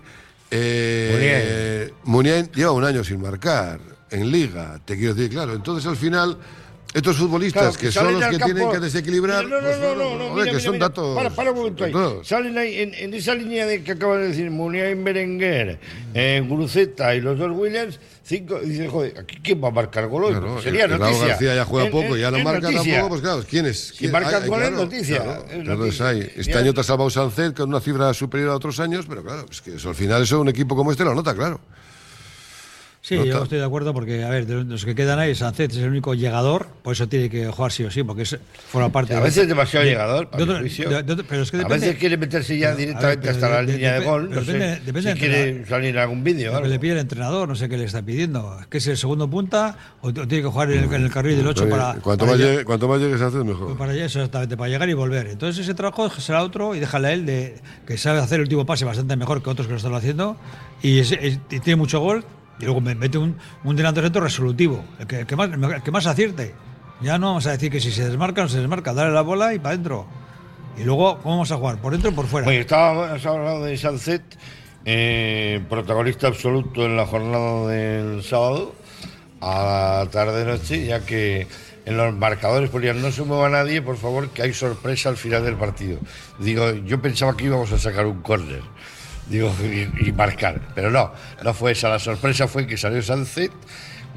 Eh, Muniain lleva un año sin marcar en Liga, te quiero decir, claro. Entonces al final estos futbolistas, claro, que, que son los que campo, tienen que desequilibrar, no, no, pues, no, no, no, no, mira, que mira, son mira, datos. Para, para un momento ahí. Salen ahí en, en esa línea de que acabas de decir, Muniain, Berenguer, eh, Guruceta y los dos Williams, cinco, y dice, joder, ¿aquí quién va a marcar gol hoy? Claro, sería el, noticia. El García ya juega en, poco, en, ya no marca noticia. tampoco, pues claro, ¿quién es? Si marca gol es noticia. Claro, es claro, noticia. Hay. Este ya. año te ha salvado Sánchez con una cifra superior a otros años, pero claro, es que eso, al final eso un equipo como este lo nota, claro. Sí, no yo estoy de acuerdo porque, a ver, de los que quedan ahí, Sánchez es el único llegador, por eso tiene que jugar sí o sí, porque es forma parte... A veces de, es demasiado de, llegador, para de, mi juicio. De, de, de, pero es que a depende, veces quiere meterse ya directamente ver, hasta de, la de, línea de, de gol, no depende, sé depende si quiere salir en algún vídeo. Lo que le pide el entrenador, no sé qué le está pidiendo, que es el segundo punta o, o tiene que jugar en el, en el carril del ocho Oye, para... Cuanto, para más llegar, llegue, cuanto más llegue Sánchez, mejor. Para, exactamente, para llegar y volver. Entonces ese trabajo será otro y déjale a él, de, que sabe hacer el último pase bastante mejor que otros que lo están haciendo y, es, es, y tiene mucho gol. Y luego me mete un, un delantero centro resolutivo, el que, el, que más, el que más acierte. Ya no vamos a decir que si se desmarca o no se desmarca, darle la bola y para adentro. Y luego, ¿cómo vamos a jugar? ¿Por dentro o por fuera? Bueno, estábamos hablando de Sánchez, eh, protagonista absoluto en la jornada del sábado, a la tarde-noche, ya que en los marcadores ponían no se mueva nadie, por favor, que hay sorpresa al final del partido. Digo, yo pensaba que íbamos a sacar un córner. Digo, y, y marcar, pero no, no fue esa. La sorpresa fue que salió Sánchez,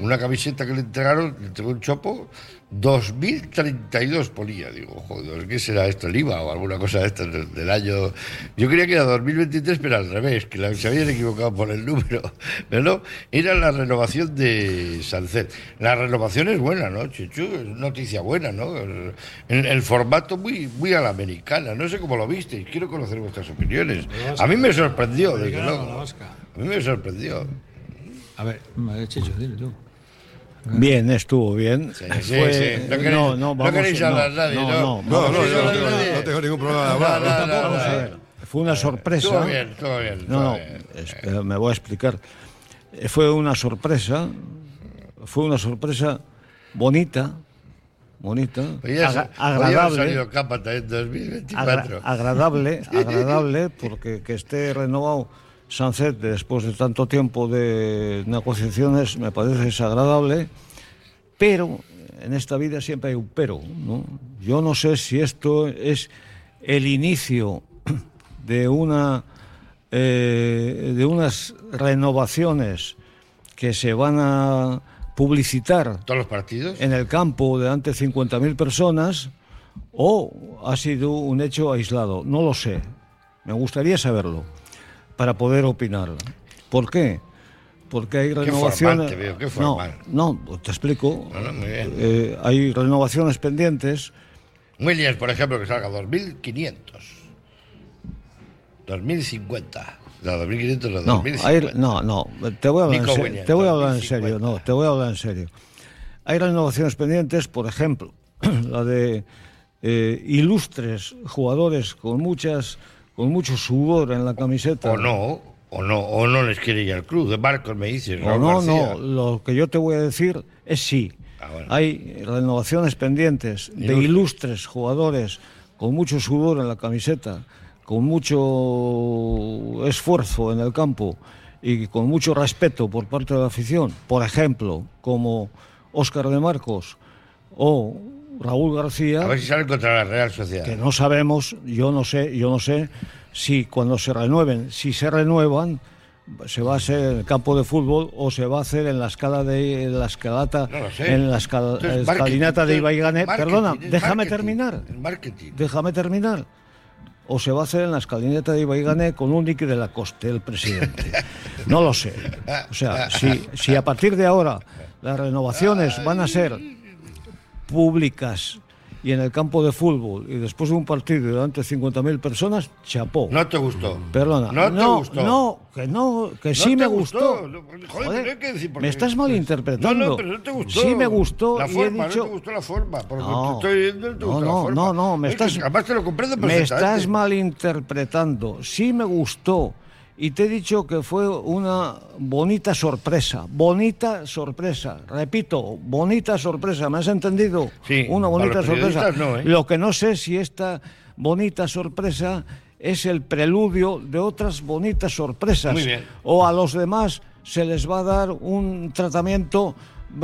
una camiseta que le entregaron, le entregó un chopo, dos mil treinta y dos ponía. Digo, joder, ¿qué será esto? ¿El I V A o alguna cosa de esto del, del año? Yo creía que era dos mil veintitrés, pero al revés, que la, se habían equivocado por el número. Pero no, era la renovación de Sancet. La renovación es buena, ¿no, Chichu? Es noticia buena, ¿no? El, el formato muy, muy a la americana. No sé cómo lo visteis, quiero conocer vuestras opiniones. A mí me sorprendió, desde luego. A mí me sorprendió. A ver, Chichu, dile tú. Bien, estuvo bien. Sí, sí, Fue, sí. No, queréis, no, no, vamos, no queréis hablar no, nadie, no, ¿no? no, No, no, vamos, yo no, no, tengo, no, no tengo ningún problema de no, hablar. no, ¿no? no, vamos a ver. Fue una sorpresa. Todo bien, todo bien. No, todo no, bien. espera, me voy a explicar. Eh, Fue una sorpresa, fue una sorpresa bonita, bonita, Hoy ya agra- ha- hoy ya ha salido agradable, capa también en dos mil agra- veinticuatro. agradable, agradable, porque que esté renovado Sancet después de tanto tiempo de negociaciones me parece desagradable, pero en esta vida siempre hay un pero, ¿no? Yo no sé si esto es el inicio de una eh, de unas renovaciones que se van a publicitar ¿Todos los partidos? en el campo de ante cincuenta mil personas o ha sido un hecho aislado. No lo sé. Me gustaría saberlo para poder opinar. ¿Por qué? Porque hay renovaciones... Qué formal te veo, qué formal. No, no, te explico. No, no, muy bien. Eh, hay renovaciones pendientes. Williams, por ejemplo, que salga dos mil quinientos. dos mil cincuenta. No, dos mil quinientos no, No, dos mil hay, cincuenta. no, no, te voy a hablar, Nico en, se- Williams, te voy a hablar en dos mil cincuenta. serio, no, te voy a hablar en serio. Hay renovaciones pendientes, por ejemplo, la de eh, ilustres jugadores con muchas, con mucho sudor en la camiseta. O no, o no, o no les quiere ir al club. De Marcos me dices, O Raúl no, García. no, lo que yo te voy a decir es sí. Ah, bueno. Hay renovaciones pendientes de Ilustres. ilustres jugadores con mucho sudor en la camiseta, con mucho esfuerzo en el campo y con mucho respeto por parte de la afición. Por ejemplo, como Óscar de Marcos o Raúl García. A ver si salen contra la Real Sociedad. Que no sabemos, yo no sé, yo no sé si cuando se renueven, si se renuevan, se va a hacer en el campo de fútbol o se va a hacer en la escala de en la escalata, No lo sé. en la escal- Esto es escalinata marketing, de Ibaigane. marketing, Perdona, es déjame marketing, terminar. es marketing. Déjame terminar. O se va a hacer en la escalinata de Ibaigane con un Nicky de la Coste, el presidente. No lo sé. O sea, si, si a partir de ahora las renovaciones van a ser públicas y en el campo de fútbol y después de un partido delante de cincuenta mil personas, chapó. No te gustó. Perdona. No te no, gustó. no, que no, que No sí te me gustó. gustó. No, joder, Joder, pero hay que decir por me qué. estás malinterpretando. No, no, pero no te gustó. Sí me gustó la y forma, he dicho... no te gustó la forma. Porque No, te estoy viendo, no te no, gustó no, la forma. no, no, me Es que estás, además te lo comprendo me perfectamente. estás malinterpretando. Sí me gustó y te he dicho que fue una bonita sorpresa, bonita sorpresa. Repito, bonita sorpresa. ¿Me has entendido? Sí, Una bonita para los sorpresa. periodistas no, ¿eh? Lo que no sé si esta bonita sorpresa es el preludio de otras bonitas sorpresas. Muy bien. O a los demás se les va a dar un tratamiento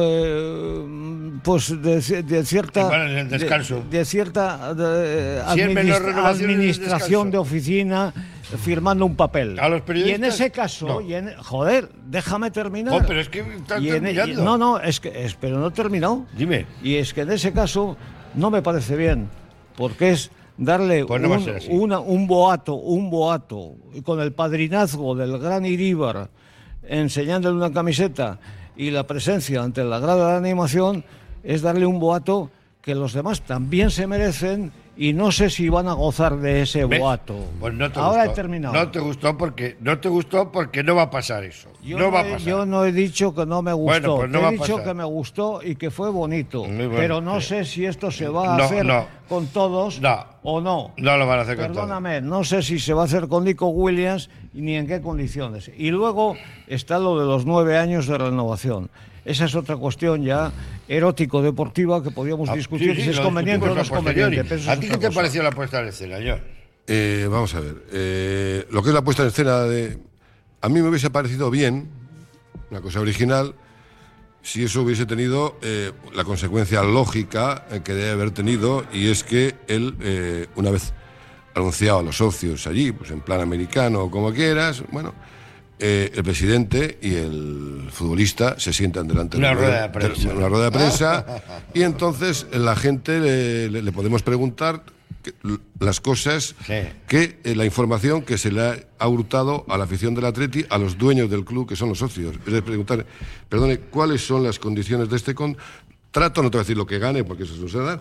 eh, pues de, de cierta Igual en el descanso. de, de cierta de, Si es administra- menor renovación en el administración descanso. de oficina firmando un papel. A los y periodistas, en ese caso, no. y en- joder, déjame terminar. Oh, pero es que estás Y en- y- terminando. no, no, es que es, pero no he terminado. Dime. Y es que en ese caso no me parece bien, porque es darle Pues no va a un, ser así. una- un boato, un boato, y con el padrinazgo del gran Iríbar, enseñándole una camiseta y la presencia ante la grada de animación, es darle un boato que los demás también se merecen y no sé si van a gozar de ese ¿Ves? boato. Pues no te Ahora gustó. he terminado. No te gustó porque no te gustó porque no va a pasar eso. Yo no, no, va a he, pasar. yo no he dicho que no me gustó, Bueno, pues no Te va he a dicho pasar. que me gustó y que fue bonito, Muy bueno, pero no sí. sé si esto se va a No, hacer no. con todos No. o no. No lo van a hacer con todo. Perdóname, no sé si se va a hacer con Nico Williams ni en qué condiciones. Y luego está lo de los nueve años de renovación. Esa es otra cuestión ya erótico-deportiva que podíamos Ah, discutir sí, sí, si es lo conveniente o no es discutimos a posteriori. conveniente. pero eso ¿A es ti otra qué te cosa. pareció la puesta en escena, John? Eh, vamos a ver. eh, lo que es la puesta en escena de. A mí me hubiese parecido bien, una cosa original, si eso hubiese tenido eh, la consecuencia lógica eh, que debe haber tenido, y es que él, eh, una vez anunciado a los socios allí, pues en plan americano o como quieras, bueno, eh, el presidente y el futbolista se sientan delante una de una rueda de prensa, una rueda de prensa y entonces la gente le, le, le podemos preguntar que, las cosas sí. que eh, la información que se le ha hurtado a la afición del Atleti, a los dueños del club, que son los socios. Es de preguntar, perdone, ¿cuáles son las condiciones de este contrato? No te voy a decir lo que gane, porque eso no se da.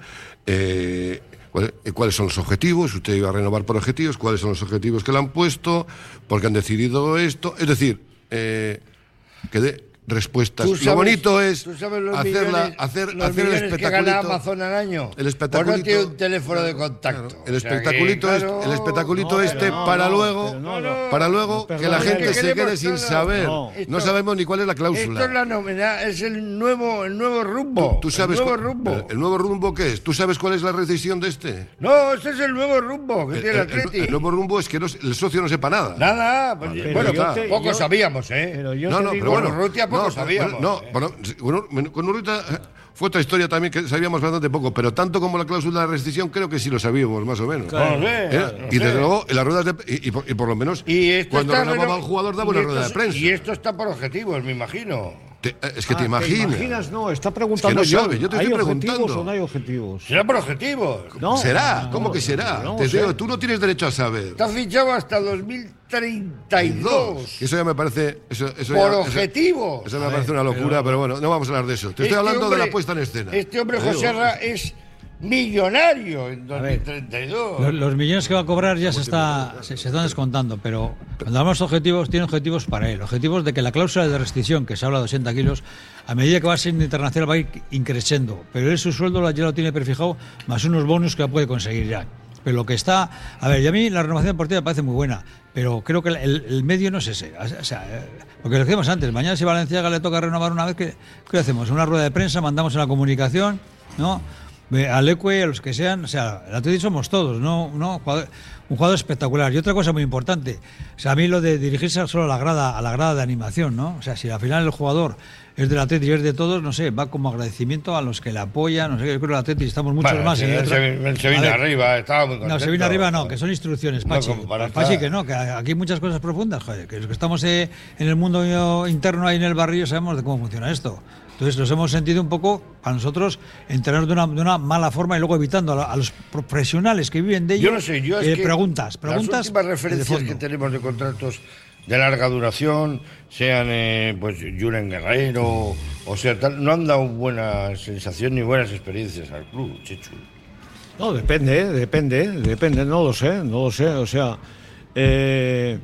Eh, ¿Cuáles son los objetivos? Usted iba a renovar por objetivos. ¿Cuáles son los objetivos que le han puesto? ¿Por qué han decidido esto? Es decir, eh, que dé respuestas. Sabes, lo bonito es ¿tú sabes los hacerla, millones, hacer, los hacer el millones que gana espectaculito. Amazon al año? El espectaculito. Pues no tiene un teléfono de contacto. Claro, el o sea espectaculito, que, es, claro, el espectaculito no, este no, para no, luego, no, no, para luego no, que la gente que se quede queremos sin todo, saber. no, No, esto, sabemos ni cuál es la cláusula. Esto es la novedad, es el nuevo, el nuevo rumbo. ¿Tú, tú sabes el nuevo cu- rumbo. El, el nuevo rumbo qué es? ¿Tú sabes cuál es la decisión de este? No, ese es el nuevo rumbo que El, tiene el el- el- Atleti. el nuevo rumbo es que no- el socio no sepa nada. Nada, pues, Vale, bueno, pero pues, yo- poco yo- sabíamos, ¿eh? Pero yo No, te no, digo- pero bueno. Con Urrutia poco no, sabíamos. No, bueno, bueno, con Urrutia fue otra historia también que sabíamos bastante poco, pero tanto como la cláusula de rescisión creo que sí lo sabíamos, más o menos. Claro. No sé, ¿Eh? no y sé. desde luego, en las ruedas de... Y, y por, y por lo menos, Y esto cuando está renovaba reno- un jugador daba y una esto rueda de es- prensa. Y esto está por objetivos, me imagino. Te- es que Ah, te imaginas. imaginas? No, está preguntando Es que no John, sabe, yo te ¿hay estoy objetivos preguntando. o no hay objetivos? Será por objetivos. No, ¿Será? no, ¿Cómo que será? no, Te o sea, digo, tú no tienes derecho a saber. Está fichado hasta dos mil treinta y dos. Eso ya me parece... Eso, eso Por ya- eso- objetivos. Eso, me parece una locura, pero, bueno, no vamos a hablar de eso. Te estoy Este hablando hombre- de la puesta en escena. Este hombre, Te digo. José Ra, es millonario en dos mil treinta y dos. Los, los millones que va a cobrar ya se, está, se, se están descontando, pero cuando hablamos de objetivos, tiene objetivos para él. Objetivos de que la cláusula de restricción, que se habla de ochenta kilos, a medida que va a ser internacional va a ir increciendo. Pero él su sueldo ya lo tiene prefijado, más unos bonus que puede conseguir ya. Pero lo que está... A ver, y a mí la renovación deportiva me parece muy buena, pero creo que el, el medio no es ese. O sea, eh, lo que decíamos antes, mañana si Valenciaga le toca renovar una vez, ¿qué, qué hacemos? Una rueda de prensa, mandamos en la comunicación, ¿no? Al Ecue, a los que sean, o sea, el Atleti somos todos, ¿no? ¿no? Jugador, un jugador espectacular. Y otra cosa muy importante, o sea, a mí lo de dirigirse solo a la grada, a la grada de animación, ¿no? O sea, si al final el jugador es del Atleti y es de todos, no sé, va como agradecimiento a los que le apoyan, no sé, yo creo que el Atleti estamos muchos Bueno, más sí, en el él otro- se, él se A vino ver, arriba, estaba muy contento. no, se viene arriba no, que son instrucciones, No, Pachi. como para Pachi, estar. que no, que aquí hay muchas cosas profundas, joder, que los que estamos eh, en el mundo interno ahí en el barrio sabemos de cómo funciona esto. Entonces nos hemos sentido un poco, para nosotros, entrenarnos de una, de una mala forma y luego evitando a, la- a los profesionales que viven de ello. Yo no sé, yo es eh, que preguntas, preguntas. las últimas de referencias fondo. que tenemos de contratos de larga duración, sean eh, pues Julen Guerrero o sea tal, no han dado buena sensación ni buenas experiencias al club, Chechu. No, depende, ¿eh? depende, depende, no lo sé, no lo sé. O sea, eh,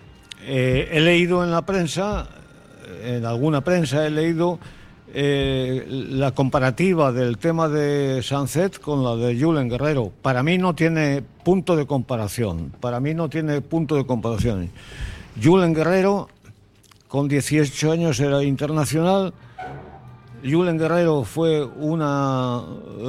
eh, he leído en la prensa, en alguna prensa he leído eh, la comparativa del tema de Sancet con la de Julen Guerrero. Para mí no tiene punto de comparación, para mí no tiene punto de comparación. Julen Guerrero, con dieciocho años, era internacional. Julen Guerrero fue una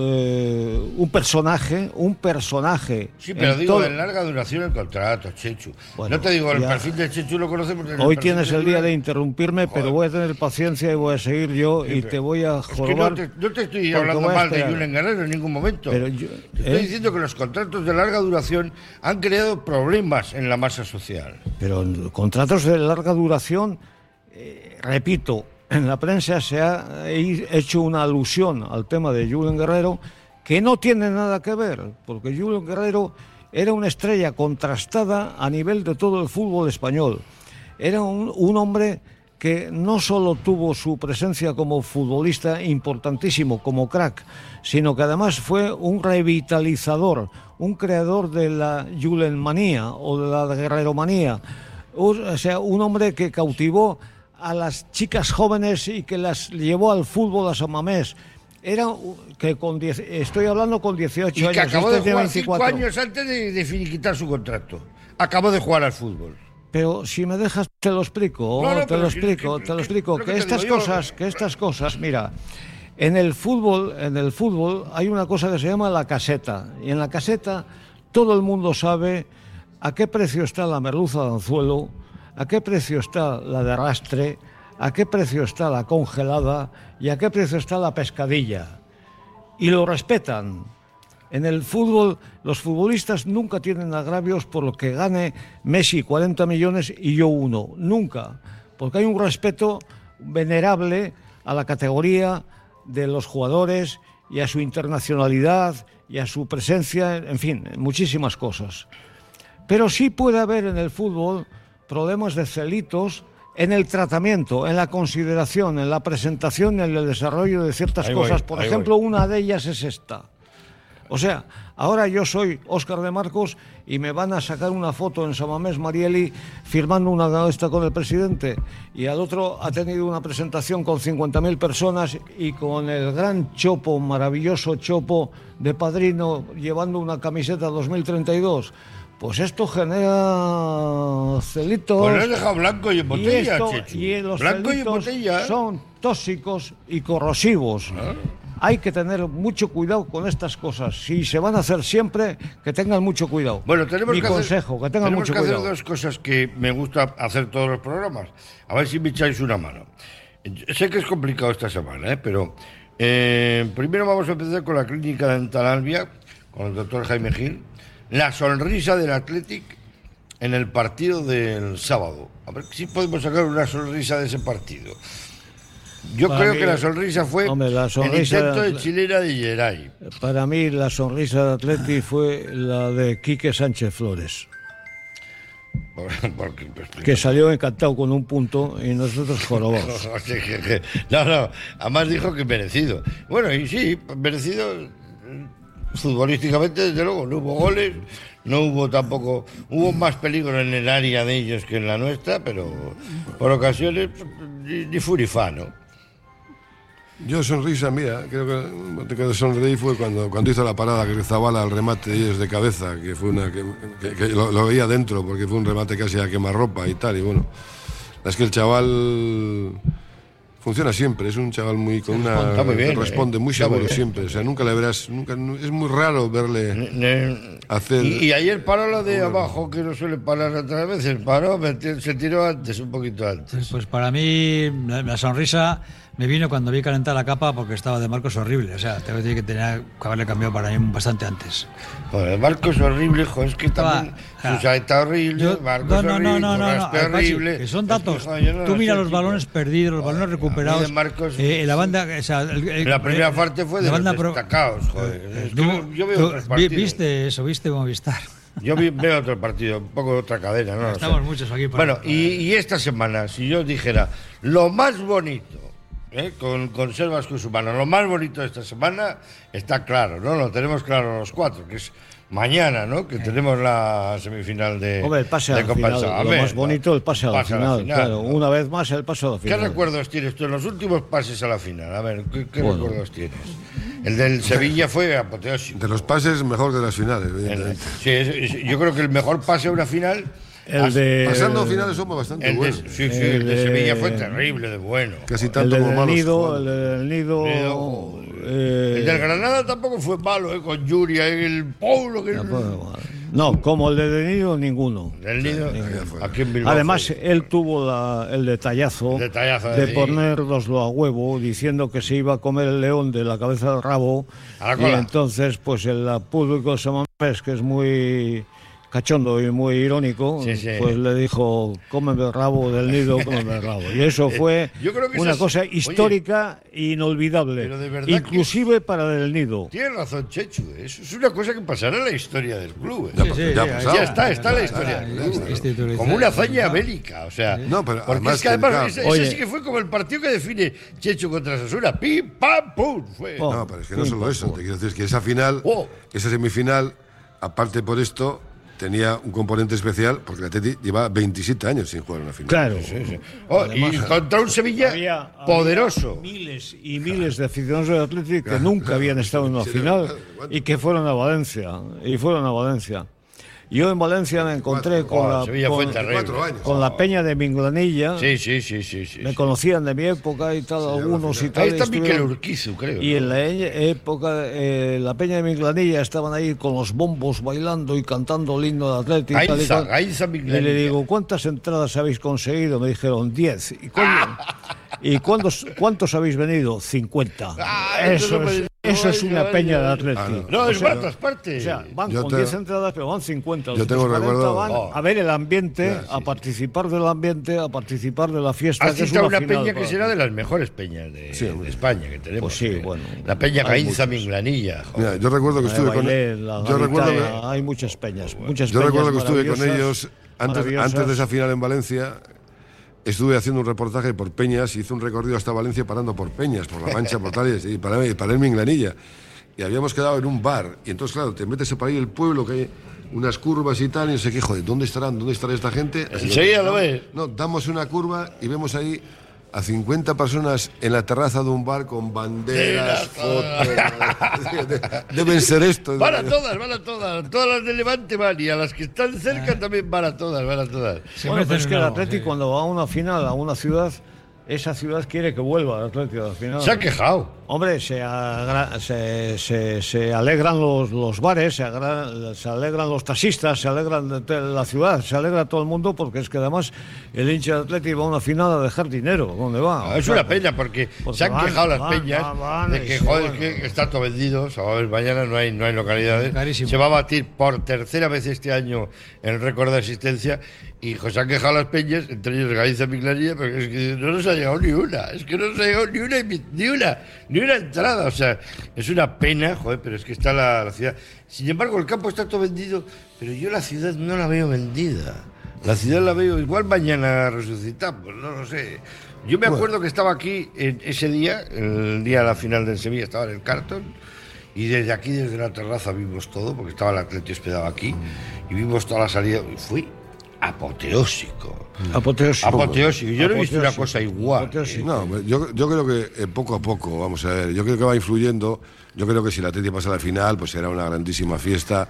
eh, un personaje, un personaje. Sí, pero en digo, todo- en larga duración el contrato, Chechu. Bueno, no te digo, el ya. perfil de Chechu lo conocemos. el Hoy perfil tienes el día Julen- de interrumpirme, pero voy a tener paciencia y voy a seguir yo y te voy a Es que jorobar. no te, no te estoy porque hablando voy a mal de esperar. Julen Guerrero en ningún momento. Pero yo- Te estoy ¿eh? diciendo que los contratos de larga duración han creado problemas en la masa social. Pero en contratos de larga duración, eh, repito, en la prensa se ha hecho una alusión al tema de Julen Guerrero que no tiene nada que ver, porque Julen Guerrero era una estrella contrastada a nivel de todo el fútbol español. Era un, un hombre que no solo tuvo su presencia como futbolista importantísimo, como crack, sino que además fue un revitalizador, un creador de la Julenmanía o de la Guerreromanía. O sea, un hombre que cautivó a las chicas jóvenes y que las llevó al fútbol a San Mamés. Era que con diez, estoy hablando con dieciocho Y que años. acabó este de tiene jugar cinco veinticuatro. años antes de, de finiquitar su contrato. Acabó de jugar al fútbol. Pero si me dejas te lo explico, No, no, te pero lo si- explico, que- te lo que- explico. lo Que que te estas digo yo- cosas, que estas cosas, mira, en el fútbol, en el fútbol hay una cosa que se llama la caseta y en la caseta todo el mundo sabe a qué precio está la merluza de anzuelo, a qué precio está la de arrastre, a qué precio está la congelada y a qué precio está la pescadilla. Y lo respetan. En el fútbol, los futbolistas nunca tienen agravios por lo que gane Messi cuarenta millones y yo uno. Nunca. Porque hay un respeto venerable a la categoría de los jugadores y a su internacionalidad y a su presencia, en fin, muchísimas cosas. Pero sí puede haber en el fútbol problemas de celitos en el tratamiento, en la consideración, en la presentación, en el desarrollo de ciertas Ahí voy, cosas. Por ahí ejemplo, voy. una de ellas es esta. O sea, ahora yo soy Óscar de Marcos y me van a sacar una foto en San Mamés Marieli firmando una esta con el presidente, y al otro ha tenido una presentación con cincuenta mil personas y con el gran Chopo, maravilloso Chopo de padrino, llevando una camiseta dos mil treinta y dos. Pues esto genera celitos. Pues lo has dejado blanco y en botella, y esto, Chechu. y los Blanco y en celitos botella. son tóxicos y corrosivos. ¿Ah? Hay que tener mucho cuidado con estas cosas. Si se van a hacer siempre, que tengan mucho cuidado. Bueno, tenemos Mi que hacer, consejo, que tengan tenemos mucho que cuidado. hacer dos cosas que me gusta hacer todos los programas. A ver si me echáis una mano. Sé que es complicado esta semana, ¿eh? pero eh, primero vamos a empezar con la clínica dental Albia, con el doctor Jaime Gil. La sonrisa del Athletic en el partido del sábado. A ver si podemos sacar una sonrisa de ese partido. Yo Para creo mí, que la sonrisa fue hombre, la sonrisa el intento de de- chilena de Geray. Para mí la sonrisa de Atleti fue la de Quique Sánchez Flores, Porque, pues, que salió encantado con un punto y nosotros jorobados. No, no, además dijo que merecido. Bueno, y sí, merecido futbolísticamente, desde luego, no hubo goles, no hubo tampoco, hubo más peligro en el área de ellos que en la nuestra, pero por ocasiones ni, ni furifá, ¿no? Yo sonrisa, mira, creo que que sonreí fue cuando, cuando hizo la parada que Zabala al remate de ellos de cabeza, que fue una que, que- que lo, lo veía dentro porque fue un remate casi a quemarropa y tal, y bueno, es que el chaval funciona siempre, es un chaval muy con una Está muy bien, que responde eh. muy Está muy seguro bien. siempre, o sea, nunca le verás, nunca, es muy raro verle Ne- hacer. Y, y ayer paró la de abajo, que no suele parar otras veces, paró, metió- se tiró antes, un poquito antes. Pues para mí la, la sonrisa me vino cuando vi calentar la capa porque estaba de Marcos horrible. O sea, te voy a decir que tenía que haberle cambiado para mí bastante antes. Joder, Marcos es horrible, joder, es que también Ah, Susana está horrible, yo- Marcos no, no, horrible, no, no, no, Corraspe no, Pachi, horrible. que son Es datos. joder, yo no Tú lo mira sé, los chico. balones perdidos, los balones recuperados. de Marcos- eh, la banda, o sea, el- el- La primera eh, parte fue de la los banda pro- destacados, joder. Es que Tú- yo veo tú otros vi- partidos. viste eso, viste Movistar. Yo vi- veo otro partido, un poco de otra cadena, ¿no? Estamos O sea, muchos aquí para- Bueno, y, y esta semana, si yo os dijera lo más bonito, ¿eh? con, con Selvas Cusumano, lo más bonito de esta semana está claro, ¿no? Lo tenemos claro los cuatro, que es mañana, ¿no? Que tenemos la semifinal de Hombre, el pase de a la Copa del final, Sa- lo Hombre, más bonito, el pase a la final, claro, ¿no? una vez más el pase a la ¿Qué final. recuerdos tienes tú en los últimos pases a la final? A ver, ¿qué, qué Bueno. recuerdos tienes? El del Sevilla fue apoteósico. De los pases mejor que de las finales, evidentemente. Sí, es- es- yo creo que el mejor pase a una final. El de- Pasando finales somos bastante el de, buenos. sí, sí, El el de de- Sevilla fue terrible de bueno. Casi El tanto del como malos. Nido, jugando. el del Nido, Nido, eh, El del Granada tampoco fue malo, ¿eh? Con Yuria, el Paulo. Que... no, como el de Nido, ninguno. El Nido, aquí en Bilbao. Además, fue. él tuvo la- el detallazo, El detallazo de de decir- ponérnoslo a huevo, diciendo que se iba a comer el león de la cabeza al rabo. A la Y cola. entonces, pues el público de Samamés, que es muy cachondo y muy irónico, Sí, sí. pues le dijo, cómeme el rabo del Nido, cómeme el rabo. Y eso fue Yo creo que una esas- cosa oye, histórica e inolvidable, pero de verdad inclusive para el Nido. Tienes razón, Chechu. ¿eh? Eso es una cosa que pasará en la historia del club. ¿eh? Ya, Sí, sí, ya ha sí, pasado. Ya está, está en la ya historia está, del ya club. está ¿no? institucionalizado. Como una hazaña bélica, o sea. No, pero porque además es que además que, ese, claro, ese oye. sí que fue como el partido que define Chechu contra Sasuna. Pim, pam, pum. Fue. Oh. No, pero es que no solo eso. Te quiero decir que esa final, Oh. esa semifinal, aparte por esto, tenía un componente especial porque el Atleti lleva veintisiete años sin jugar una final. Claro. Oh, y contra un Sevilla Había- poderoso. había miles y miles de aficionados del Atlético que nunca habían estado en una final y que fueron a Valencia. Y fueron a Valencia. Yo en Valencia me enconré con, Oh, la, Sevilla fue con, terrible. Cuatro años. con la peña de Minglanilla. Sí, sí, sí, sí. sí, Me sí. conocían de mi época y tal, algunos y tal. Ahí está estuvieron- Miquel Urquizu, creo. Y ¿no? en la e- época, eh, la peña de Minglanilla estaban ahí con los bombos bailando y cantando el himno de Atlético. y tal y Gainza, cual. Gainza Y Minglanilla. le digo, ¿cuántas entradas habéis conseguido? Me dijeron, diez. ¿Y, cuándo- ¿y cuántos, cuántos habéis venido? cincuenta. Ah, eso, eso no es, eso es una peña de Atleti. Ah, no, no es sea, Bartas parte. O sea, van Yo con te- diez entradas, pero van cincuenta. Yo tengo Los recuerdo- van Oh. a ver el ambiente, Ya, sí, a participar del ambiente, a participar de la fiesta. Has que es citado una, una final peña que para- será de las mejores peñas de, Sí, de España que tenemos. Pues sí, eh. bueno. La peña Hay Gainza muchos. Minglanilla. joder. Mira, yo recuerdo que La de estuve con Bailé, la yo recuerdo Gaditana, que, hay muchas peñas, muchas yo peñas recuerdo que estuve con maravillosas, ellos antes, maravillosas. antes de esa final en Valencia. Estuve haciendo un reportaje por Peñas, hice un recorrido hasta Valencia parando por Peñas, por La Mancha, por tales, y para, para el Minglanilla. Y habíamos quedado en un bar. Y entonces, claro, te metes por ahí el pueblo, que hay unas curvas y tal, y no sé qué, joder, ¿dónde estarán? ¿Dónde estará esta gente? Enseguida lo ves. No, damos una curva y vemos ahí a cincuenta personas en la terraza de un bar con banderas, fotos. Deben ser estos. Van a todas, van a todas. Todas las de Levante van y a las que están cerca también van a todas, van a todas. Bueno, pero es que el Atleti cuando va a una final, a una ciudad, esa ciudad quiere que vuelva el Atleti a la final. Se ha quejado. Hombre, se, agra- se, se, se alegran los, los bares, se, agra- se alegran los taxistas, se alegran de de la ciudad, se alegra todo el mundo porque es que además el hincha de Atleti va a una final a dejar dinero. ¿Dónde va? Ah, es O sea, una pena porque, porque se han van, quejado las van, peñas van, van, de que, sí, joder, bueno. que está todo vendido. A ver, mañana no hay, no hay localidades. Carísimo. Se va a batir por tercera vez este año el récord de asistencia y jo, se han quejado las peñas, entre ellos Galicia Minglanilla, porque es que no nos ha llegado ni una. Es que no nos ha llegado ni una, ni una, ni una entrada. O sea, es una pena, joder, pero es que está la, la ciudad. Sin embargo, el campo está todo vendido, pero yo la ciudad no la veo vendida. La ciudad la veo, igual mañana resucitamos, no lo sé. Yo me acuerdo que estaba aquí en ese día, el día de la final del Sevilla, estaba en el Carton, y desde aquí, desde la terraza, vimos todo, porque estaba el Atleti hospedado aquí, y vimos toda la salida, y fue apoteósico. Apoteósico. Apoteósico. Yo no he visto una Apoteósico. cosa igual. Apoteósico. No, yo, yo creo que eh, poco a poco, vamos a ver, yo creo que va influyendo. Yo creo que si la Atleti pasa a la final, pues será una grandísima fiesta.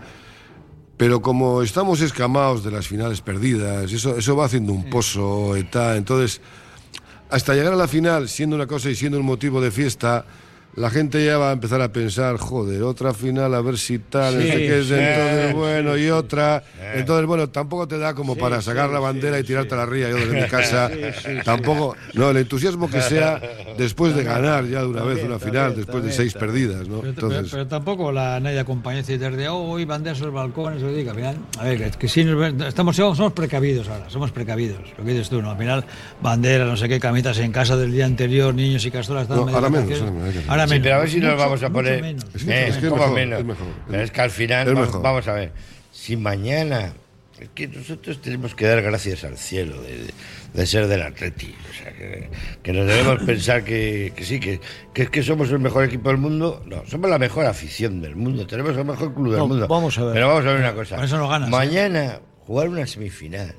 Pero como estamos escamados de las finales perdidas, eso, eso va haciendo un pozo y tal. Entonces, hasta llegar a la final, siendo una cosa y siendo un motivo de fiesta, la gente ya va a empezar a pensar, joder, otra final, a ver si tal, Sí, no sé qué es, sí, entonces sí, bueno, y otra. Entonces, bueno, tampoco te da como Sí, para sacar sí, la bandera sí, y tirarte sí. a la ría yo desde mi casa. Sí, sí, sí. Tampoco, no, el entusiasmo que sea después de ganar ya de una vez También, una también, final, después de también, seis también. perdidas, ¿no? Pero, Entonces, pero- pero tampoco la nadie acompañanza y desde hoy banderas sobre balcones, o diga, al final, a ver, que, que sí, nos- estamos, somos precavidos ahora, somos precavidos, lo que dices tú, ¿no? Al final, banderas, no sé qué, camitas en casa del día anterior, niños y castoras están No, medio ahora menos, vacaciones. ahora menos. Ahora Sí, menos. pero a ver si nos Mucho- vamos a mucho poner. menos. Es que- Eh, es que es ¿cómo mejor, menos? es mejor. Pero es que al final, Es vamos, mejor. vamos a ver, si mañana. Es que nosotros tenemos que dar gracias al cielo de, de- de ser del Atleti. O sea, que, que nos debemos pensar que, que sí, que, que es que somos el mejor equipo del mundo. No, somos la mejor afición del mundo. Tenemos el mejor club del No, mundo. vamos a ver. Pero vamos a ver una cosa. Por eso no ganas, ¿eh? Mañana, jugar una semifinal.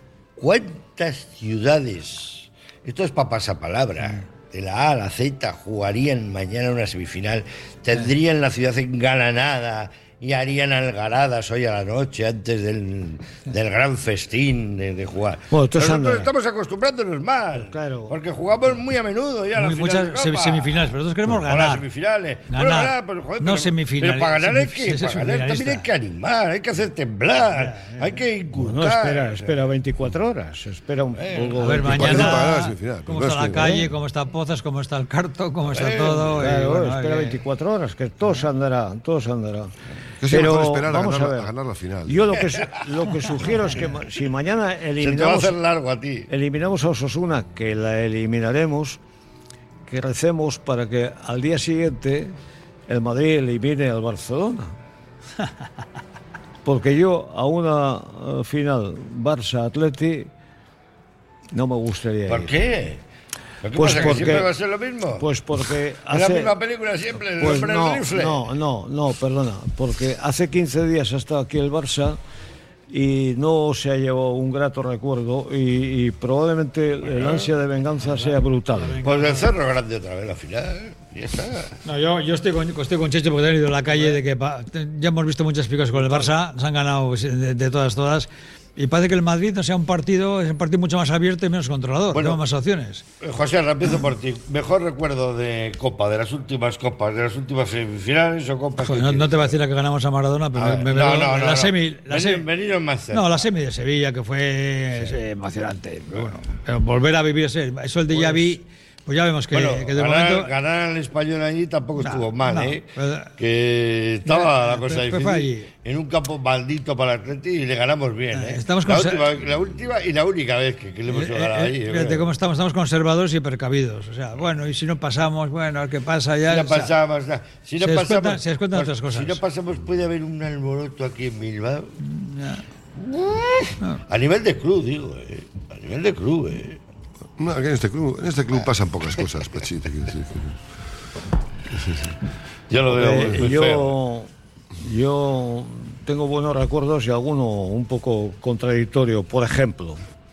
¿Cuántas ciudades, esto es para pasapalabra, de la A a la Z, jugarían mañana una semifinal? Tendrían la ciudad engalanada y harían algaradas hoy a la noche antes del, del gran festín de, de jugar. Bueno, entonces Nosotros anda. estamos acostumbrándonos mal, Claro. porque jugamos muy a menudo ya a la Muy- final muchas de sem- Copa. semifinales, pero nosotros queremos O las ganar. semifinales. Ganar. Bueno, ganar, pero, joder, No pero- semifinales, Pero para ganar hay semif- que, ese para ganar también semifinalista. hay que animar, hay que hacer temblar, hay que inculcar. No, espera, espera veinticuatro horas. Espera un Eh, poco. A ver, veinticuatro para ganar la mañana, semifinal, cómo pues está no es la que- calle, cómo está Pozas, cómo está el Carto, cómo está Eh, todo. y Claro, bueno, espera eh, veinticuatro horas, que todo se andará, todo se andará. que sí, mejor esperar a vamos ganar, a ver. a ganar la final. Yo lo que, su- lo que sugiero es que ma- si mañana Se te va a eliminamos, hacer largo a ti. eliminamos a Osasuna, que la eliminaremos, que recemos para que al día siguiente el Madrid elimine al Barcelona. Porque yo a una eh, final Barça-Atleti no me gustaría ¿Por ir. qué? ¿Pero qué Pues pasa, que porque- siempre va a ser lo mismo? Pues porque ¿Es la hace... misma película siempre? ¿El Pues hombre no, del rifle? no, no, no, perdona, porque hace quince días ha estado aquí el Barça y no se ha llevado un grato recuerdo y, y probablemente el ansia de venganza sea brutal. Pues el Cerro Grande otra vez, la final. Ya está. No, yo, yo estoy, con, estoy con Checho porque he ido a la calle de que pa- te- ya hemos visto muchas picas con el Barça, se han ganado de, de todas, todas. Y parece que el Madrid no sea un partido, es un partido mucho más abierto y menos controlador, Bueno, tenemos más opciones. Eh, José, empiezo por ti. Mejor recuerdo de Copa, de las últimas Copas, de las últimas semifinales o Copas. Joder, que no, no tienes? te voy a decir la que ganamos a Maradona, pero A me, ver, me no, veo no, la no, semi. no. La Veni- semi veniros más cerca. no, la semi de Sevilla, que fue sí, emocionante. Pero, bueno, pero volver a vivir ese, eso el déjà vu, Pues ya vemos que, bueno, que de ganar, momento... ganar al Español allí tampoco No, estuvo mal, no, ¿eh? pero- que estaba pero- la cosa pero- pero difícil. fue allí. En un campo maldito para el Atleti y le ganamos bien, ¿eh? Estamos la, con- última, la última y la única vez que, que le hemos Eh, ganado eh, allí. fíjate ¿verdad? cómo estamos, estamos conservadores y precavidos. O sea, bueno, y si no pasamos, bueno, a ver qué pasa ya. Si no o sea, pasamos, na- si no se pasamos, descuentan- se descuentan pues, otras cosas. Si no pasamos, puede haber un alboroto aquí en Bilbao. Ya. A nivel de club, digo, ¿eh? A nivel de club, ¿eh? No, aquí en este club, en este club pasan pocas cosas, Pachi, te quiero decir. Yo lo veo Eh, muy yo, feo. yo tengo buenos recuerdos y alguno un poco contradictorio. Por ejemplo,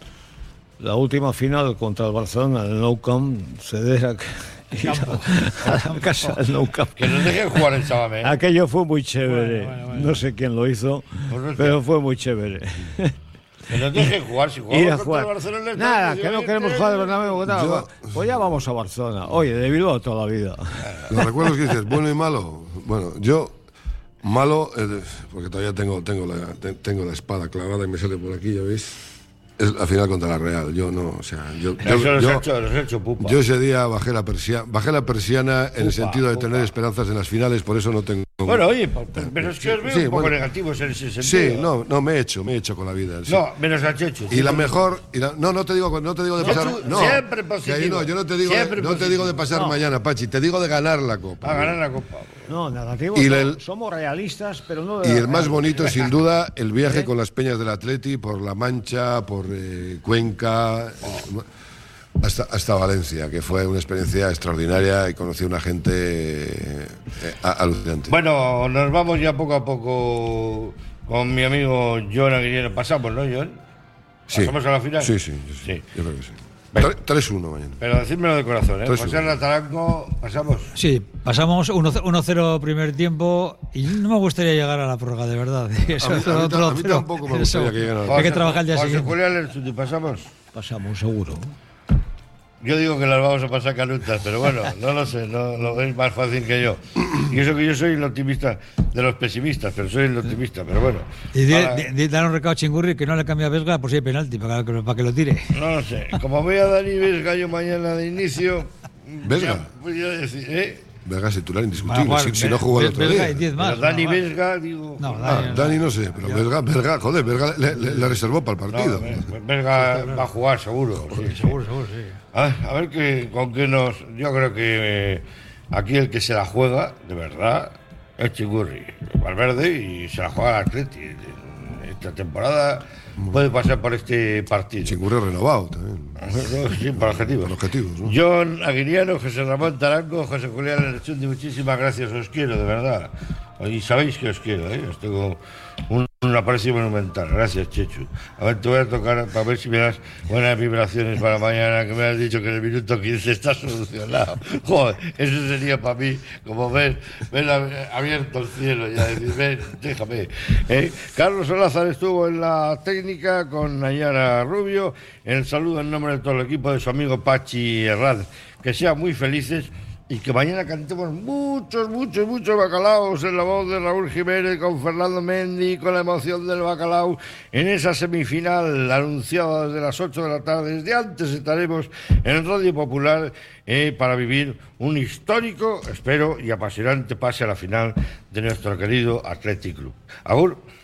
la última final contra el Barcelona en el Nou Camp, ceder a, ir a, a la casa del Nou Camp. Que nos dejen jugar el Sabame, ¿eh? Aquello fue muy chévere. Bueno, bueno, bueno. No sé quién lo hizo, Pues no sé. pero fue muy chévere. Que nos dejen jugar. Si Ir jugamos a contra jugar. el Barcelona... estamos Nada, que no diciendo, queremos "Oye, jugar de Bernabéu, que tal". Yo- Pues ya vamos a Barcelona. Oye, de Bilbao toda la vida. Los recuerdos que dices, bueno y malo. Bueno, yo, malo, eh, porque todavía tengo, tengo, la, te- tengo la espada clavada y me sale por aquí, ya veis. Es la final contra la Real. Yo no, o sea, yo, yo, Eso los yo- he hecho, los he hecho pupa. yo ese día bajé la persiana, bajé la persiana en el Upa, sentido de upa. tener esperanzas en las finales, por eso no tengo. Bueno, oye, pero es que os veo Sí, un poco bueno. negativos en ese sentido. Sí, no, no, me he hecho, me he hecho con la vida. sí. No, menos a Chechu. Y la mejor, y la- no, no te digo, no te digo de No, pasar, tú no, siempre que ahí positivo. no, yo no te digo, Siempre no te digo de pasar No. mañana, Pachi, te digo de ganar la copa. A ganar la copa. No, negativo. Y no. el- Somos realistas, pero no de Y la el más Real. bonito, sin duda, el viaje con las peñas del Atleti por La Mancha, por eh, Cuenca, eh, hasta, hasta Valencia, que fue una experiencia extraordinaria y conocí a una gente eh, a- alucinante. Bueno, nos vamos ya poco a poco con mi amigo John Aguirre. Pasamos, ¿no, John? Sí. ¿Pasamos a la final? Sí, sí, sí, Sí. yo creo que sí. Venga. Tre- tres uno mañana. Pero decídmelo de corazón, ¿eh? Tres José uno. Rataranco, pasamos. Sí, pasamos uno cero primer tiempo y no me gustaría llegar a la prórroga, de verdad. Eso, A mí- a mí otro- a mí otro- tampoco me eso. gustaría que llegara a la Hay que trabajar el día José siguiente. Julián Lerchundi, pasamos. Pasamos, seguro. Yo digo que las vamos a pasar canutas, pero bueno, no lo sé, no lo veis más fácil que yo. Y eso que yo soy el optimista de los pesimistas, pero soy el optimista, pero bueno. Y di- Ahora- di- di- dar un recado a Chingurri que no le cambie a Vesga por si hay penalti, para que, para que lo tire. No lo sé. Como voy a Dani Vesga yo mañana de inicio. ¿Vesga? ya voy a decir, ¿eh? Verga es titular Van a indiscutible, jugar si, si Ve- no jugó el Ve- otro Vesga día. y diez más. Pero Dani no, Vesga, digo. No, Ah, Dani, Dani no sé, pero Verga, Verga, joder, Verga le, le- le reservó para el No, partido. Vesga va a jugar seguro. sí, sí. seguro, seguro, sí. A ver, a ver qué, con qué nos. Yo creo que eh, aquí el que se la juega, de verdad, es Chingurri. Valverde y se la juega al Atleti. Esta temporada puede pasar por este partido. Chingurri renovado también. Sí, por objetivos. Por objetivos, ¿no? John Aguiriano, José Ramón Taranco, José Julián Lerchundi, muchísimas gracias, os quiero, de verdad. Y sabéis que os quiero, ¿eh? Os tengo un, un aprecio monumental. Gracias, Chechu. A ver, te voy a tocar para ver si me das buenas vibraciones para mañana, que me has dicho que en el minuto quince está solucionado. Joder, eso sería para mí como ver, ver ab- abierto el cielo y a decir, ven, déjame. ¿eh? Carlos Olázar estuvo en la técnica con Nayara Rubio. El saludo en nombre de todo el equipo de su amigo Pachi Herrad. Que sean muy felices y que mañana cantemos muchos, muchos, muchos bacalaos en la voz de Raúl Jiménez, con Fernando Mendy, con la emoción del bacalao, en esa semifinal anunciada desde las ocho de la tarde. Desde antes estaremos en Radio Popular eh, para vivir un histórico, espero, y apasionante pase a la final de nuestro querido Athletic Club. Agur.